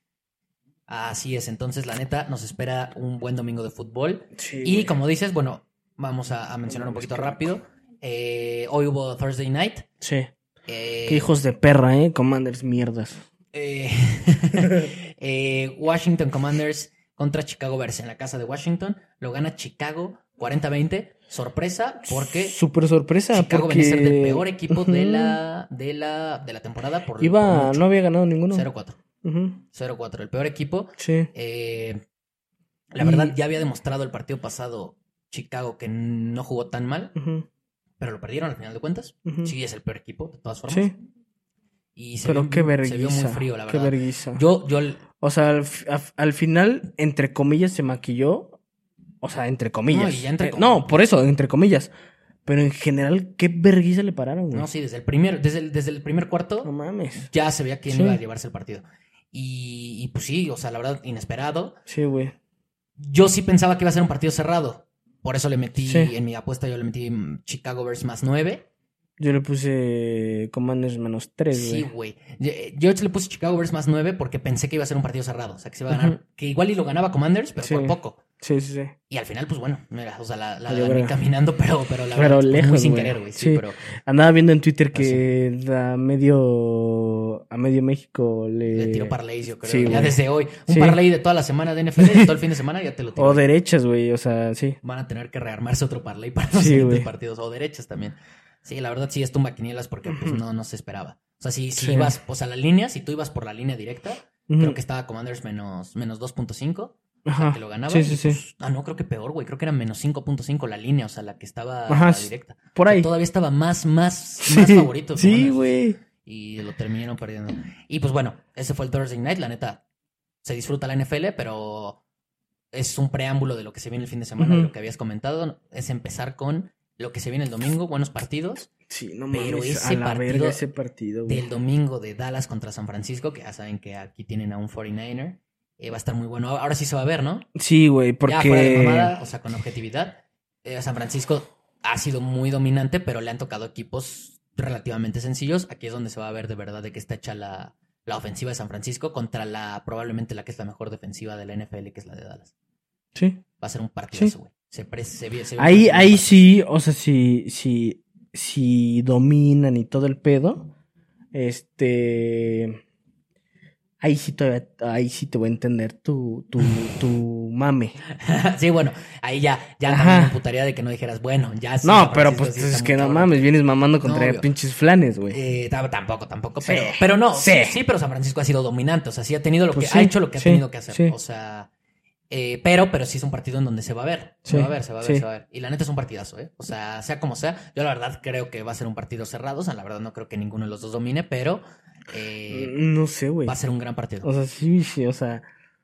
Así es, entonces la neta nos espera un buen domingo de fútbol. Sí, y güey. como dices, bueno, vamos a, a mencionar un poquito rápido. Eh, hoy hubo Thursday Night. Sí. Eh, Qué hijos de perra, ¿eh? Commanders mierdas. Eh, eh, Washington Commanders contra Chicago Bears en la casa de Washington. Lo gana Chicago cuarenta a veinte. Sorpresa, porque súper sorpresa, Chicago porque... venía a ser el peor equipo uh-huh. de la de la de la temporada por iba por no había ganado ninguno. cero cuatro. Uh-huh. cero cuatro, el peor equipo. Sí. Eh, la y... verdad ya había demostrado el partido pasado Chicago que no jugó tan mal, uh-huh. pero lo perdieron al final de cuentas. Uh-huh. Sí es el peor equipo de todas formas. Sí. Y se pero vio, qué vergüenza. Se vio muy frío, la verdad. Qué vergüenza. Yo yo o sea, al, a, al final entre comillas se maquilló. O sea, entre comillas. No, y ya entre eh, no, por eso, entre comillas. Pero en general, ¿qué vergüenza le pararon, güey? No, sí, desde el primer, desde el, desde el primer cuarto. No mames. Ya se veía quién sí. iba a llevarse el partido. Y, y pues sí, o sea, la verdad, inesperado. Sí, güey. Yo sí pensaba que iba a ser un partido cerrado. Por eso le metí, sí. en mi apuesta, yo le metí Chicago Bears más nueve. Yo le puse Commanders menos tres, güey. Sí, güey. Yo, yo le puse Chicago Bears más nueve porque pensé que iba a ser un partido cerrado. O sea, que se iba a ganar. Uh-huh. Que igual y lo ganaba Commanders, pero sí. por poco. Sí, sí, sí. Y al final, pues bueno, mira, o sea, la, la gané caminando, pero, pero la pero verdad, lejos, muy sin güey. querer, güey. Sí, sí. pero... Andaba viendo en Twitter que sí. a medio a medio México le... Le tiró parlays, yo creo. Sí, ya güey. desde hoy. Un sí. parlay de toda la semana de N F L, de todo el fin de semana, ya te lo tiró. O derechas, güey, o sea, sí. Van a tener que rearmarse otro parlay para los sí, siguientes güey. partidos. O derechas también. Sí, la verdad sí es tumba quinielas porque pues no, no se esperaba. O sea, si, si sí. ibas, o sea, la línea, si tú ibas por la línea directa, uh-huh. creo que estaba Commanders menos, menos dos punto cinco. O sea, que lo ganaba. Sí, sí, y, sí. pues, ah, no, creo que peor, güey. Creo que era menos cinco punto cinco la línea, o sea, la que estaba Ajá, directa. por O sea, ahí. todavía estaba más, más, Sí, más favorito. sí, Commanders. güey. Y lo terminaron perdiendo. Y pues bueno, ese fue el Thursday Night. La neta, se disfruta la N F L, pero es un preámbulo de lo que se viene el fin de semana, Ujú. de lo que habías comentado. Es empezar con lo que se viene el domingo, buenos partidos. Sí, no Pero mames, ese a la partido verga ese partido, güey. Del domingo de Dallas contra San Francisco, que ya saben que aquí tienen a un cuarenta y nueve er, eh, va a estar muy bueno. Ahora sí se va a ver, ¿no? Sí, güey, Ya fuera de porque... mamada, o sea, con objetividad. eh, San Francisco ha sido muy dominante, pero le han tocado equipos relativamente sencillos. Aquí es donde se va a ver de verdad de qué está hecha la, la ofensiva de San Francisco contra la probablemente la que es la mejor defensiva de la N F L, que es la de Dallas. Sí. Va a ser un partidazo, Sí. güey. Se, pre- se, ve- se ve Ahí, un ahí partido. sí, o sea, si, si, si dominan y todo el pedo, este... Ahí sí, todavía, ahí sí te voy a entender tu, tu, tu mame. Sí, bueno, ahí ya, ya Ajá. también me emputaría de que no dijeras, bueno, ya sí. No, San pero Francisco pues sí es está que muy no cabrón. mames, vienes mamando contra obvio. pinches flanes, güey. Eh, tam- tampoco, tampoco, Sí, pero, pero no, sí. sí. sí, pero San Francisco ha sido dominante, o sea, sí ha tenido lo Pues que sí, ha hecho lo que ha sí, tenido que hacer, sí. o sea, eh, pero, pero sí es un partido en donde se va a ver, se Sí, va a ver, se va a ver, sí. se va a ver, y la neta es un partidazo, eh, o sea, sea como sea, yo la verdad creo que va a ser un partido cerrado, o sea, la verdad no creo que ninguno de los dos domine, pero eh, No sé, güey. va a ser un gran partido. O sea, sí, sí, o sea...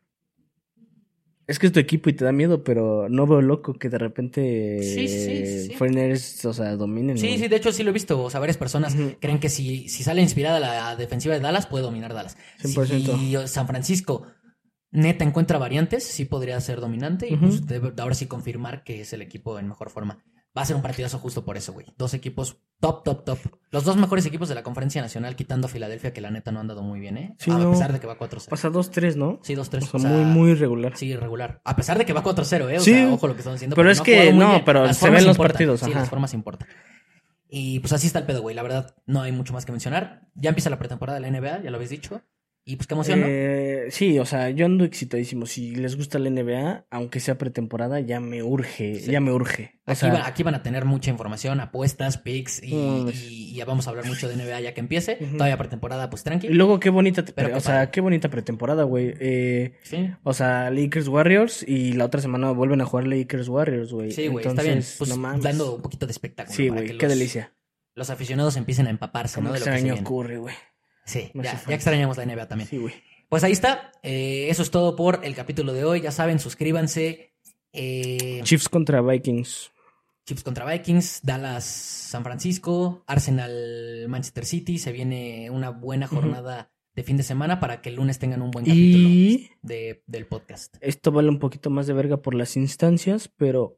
Es que es tu equipo y te da miedo, pero no veo loco que de repente... Sí, sí, sí, sí. Foreigners, o sea, dominen. Sí, güey. sí, de hecho sí lo he visto. O sea, varias personas Ujú. creen que si, si sale inspirada la defensiva de Dallas, puede dominar Dallas. cien por ciento. Si San Francisco neta encuentra variantes, sí podría ser dominante y Ujú. pues debe ahora sí confirmar que es el equipo en mejor forma. Va a ser un partidazo justo por eso, güey. Dos equipos top, top, top. Los dos mejores equipos de la Conferencia Nacional, quitando a Filadelfia, que la neta no ha andado muy bien, ¿eh? Sí, a no. pesar de que va cuatro cero. Pasa dos tres, ¿no? Sí, dos tres. O sea, muy, muy irregular. Sí, irregular. A pesar de que va cuatro cero, ¿eh? O Sí. sea, ojo lo que están diciendo. Pero es no ha que jugado muy no, bien. pero Las se formas ven los importan. partidos, Sí, ajá. las formas importan. Y pues así está el pedo, güey. La verdad, no hay mucho más que mencionar. Ya empieza la pretemporada de la N B A, ya lo habéis dicho. Y pues qué emoción, ¿no? Eh, sí, o sea, yo ando excitadísimo. Si les gusta la N B A, aunque sea pretemporada, ya me urge, Sí. ya me urge. O Aquí, sea, van, aquí van a tener mucha información, apuestas, picks y, Mm. y- y ya vamos a hablar mucho de N B A ya que empiece. Ujú. Todavía pretemporada, pues y tranqui. luego qué bonita, te- Pero qué o sea, padre. qué bonita pretemporada, güey. Eh, Sí, o sea, Lakers Warriors y la otra semana vuelven a jugar Lakers Warriors, güey. sí, güey, está bien. Entonces, Pues no mames. dando un poquito de espectáculo. Sí, para güey, que qué los- delicia. Los aficionados empiecen a empaparse, Cómo ¿no? De lo que se extraño viene. ocurre, güey. Sí, Me ya, hace ya falta. extrañamos la N B A también. Sí, güey. Pues ahí está. Eh, eso es todo por el capítulo de hoy. Ya saben, suscríbanse. Eh, Chiefs contra Vikings. Chiefs contra Vikings, Dallas, San Francisco, Arsenal, Manchester City. Se viene una buena jornada de fin de semana para que el lunes tengan un buen capítulo Y de, del podcast. esto vale un poquito más de verga por las instancias, pero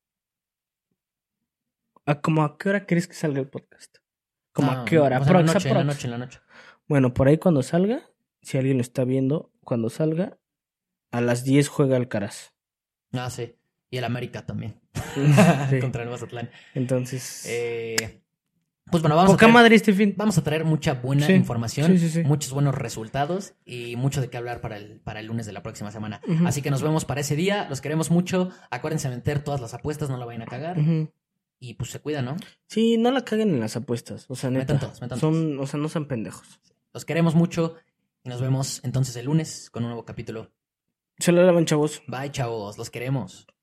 ¿a como a qué hora crees que salga el podcast? ¿Como No, a qué hora? o sea, en la Aprox, noche, en la aprox. noche, en la noche. Bueno, por ahí cuando salga, si alguien lo está viendo, cuando salga, a las diez juega Alcaraz. Ah, sí. Y el América también. Sí. Contra el Mazatlán. Entonces, Eh, pues bueno, vamos a, poca traer, madre este fin. vamos a traer mucha buena Sí, información, sí, sí, sí. muchos buenos resultados y mucho de qué hablar para el, para el lunes de la próxima semana. Ujú. Así que nos vemos para ese día. Los queremos mucho. Acuérdense de meter todas las apuestas, no la vayan a cagar. Ujú. Y pues se cuidan, ¿no? Sí, no la caguen en las apuestas. O sea, neta. Metan todos, metan son, o sea, no sean pendejos. Los queremos mucho y nos vemos entonces el lunes con un nuevo capítulo. Se lo lavan, chavos. Bye, chavos. Los queremos.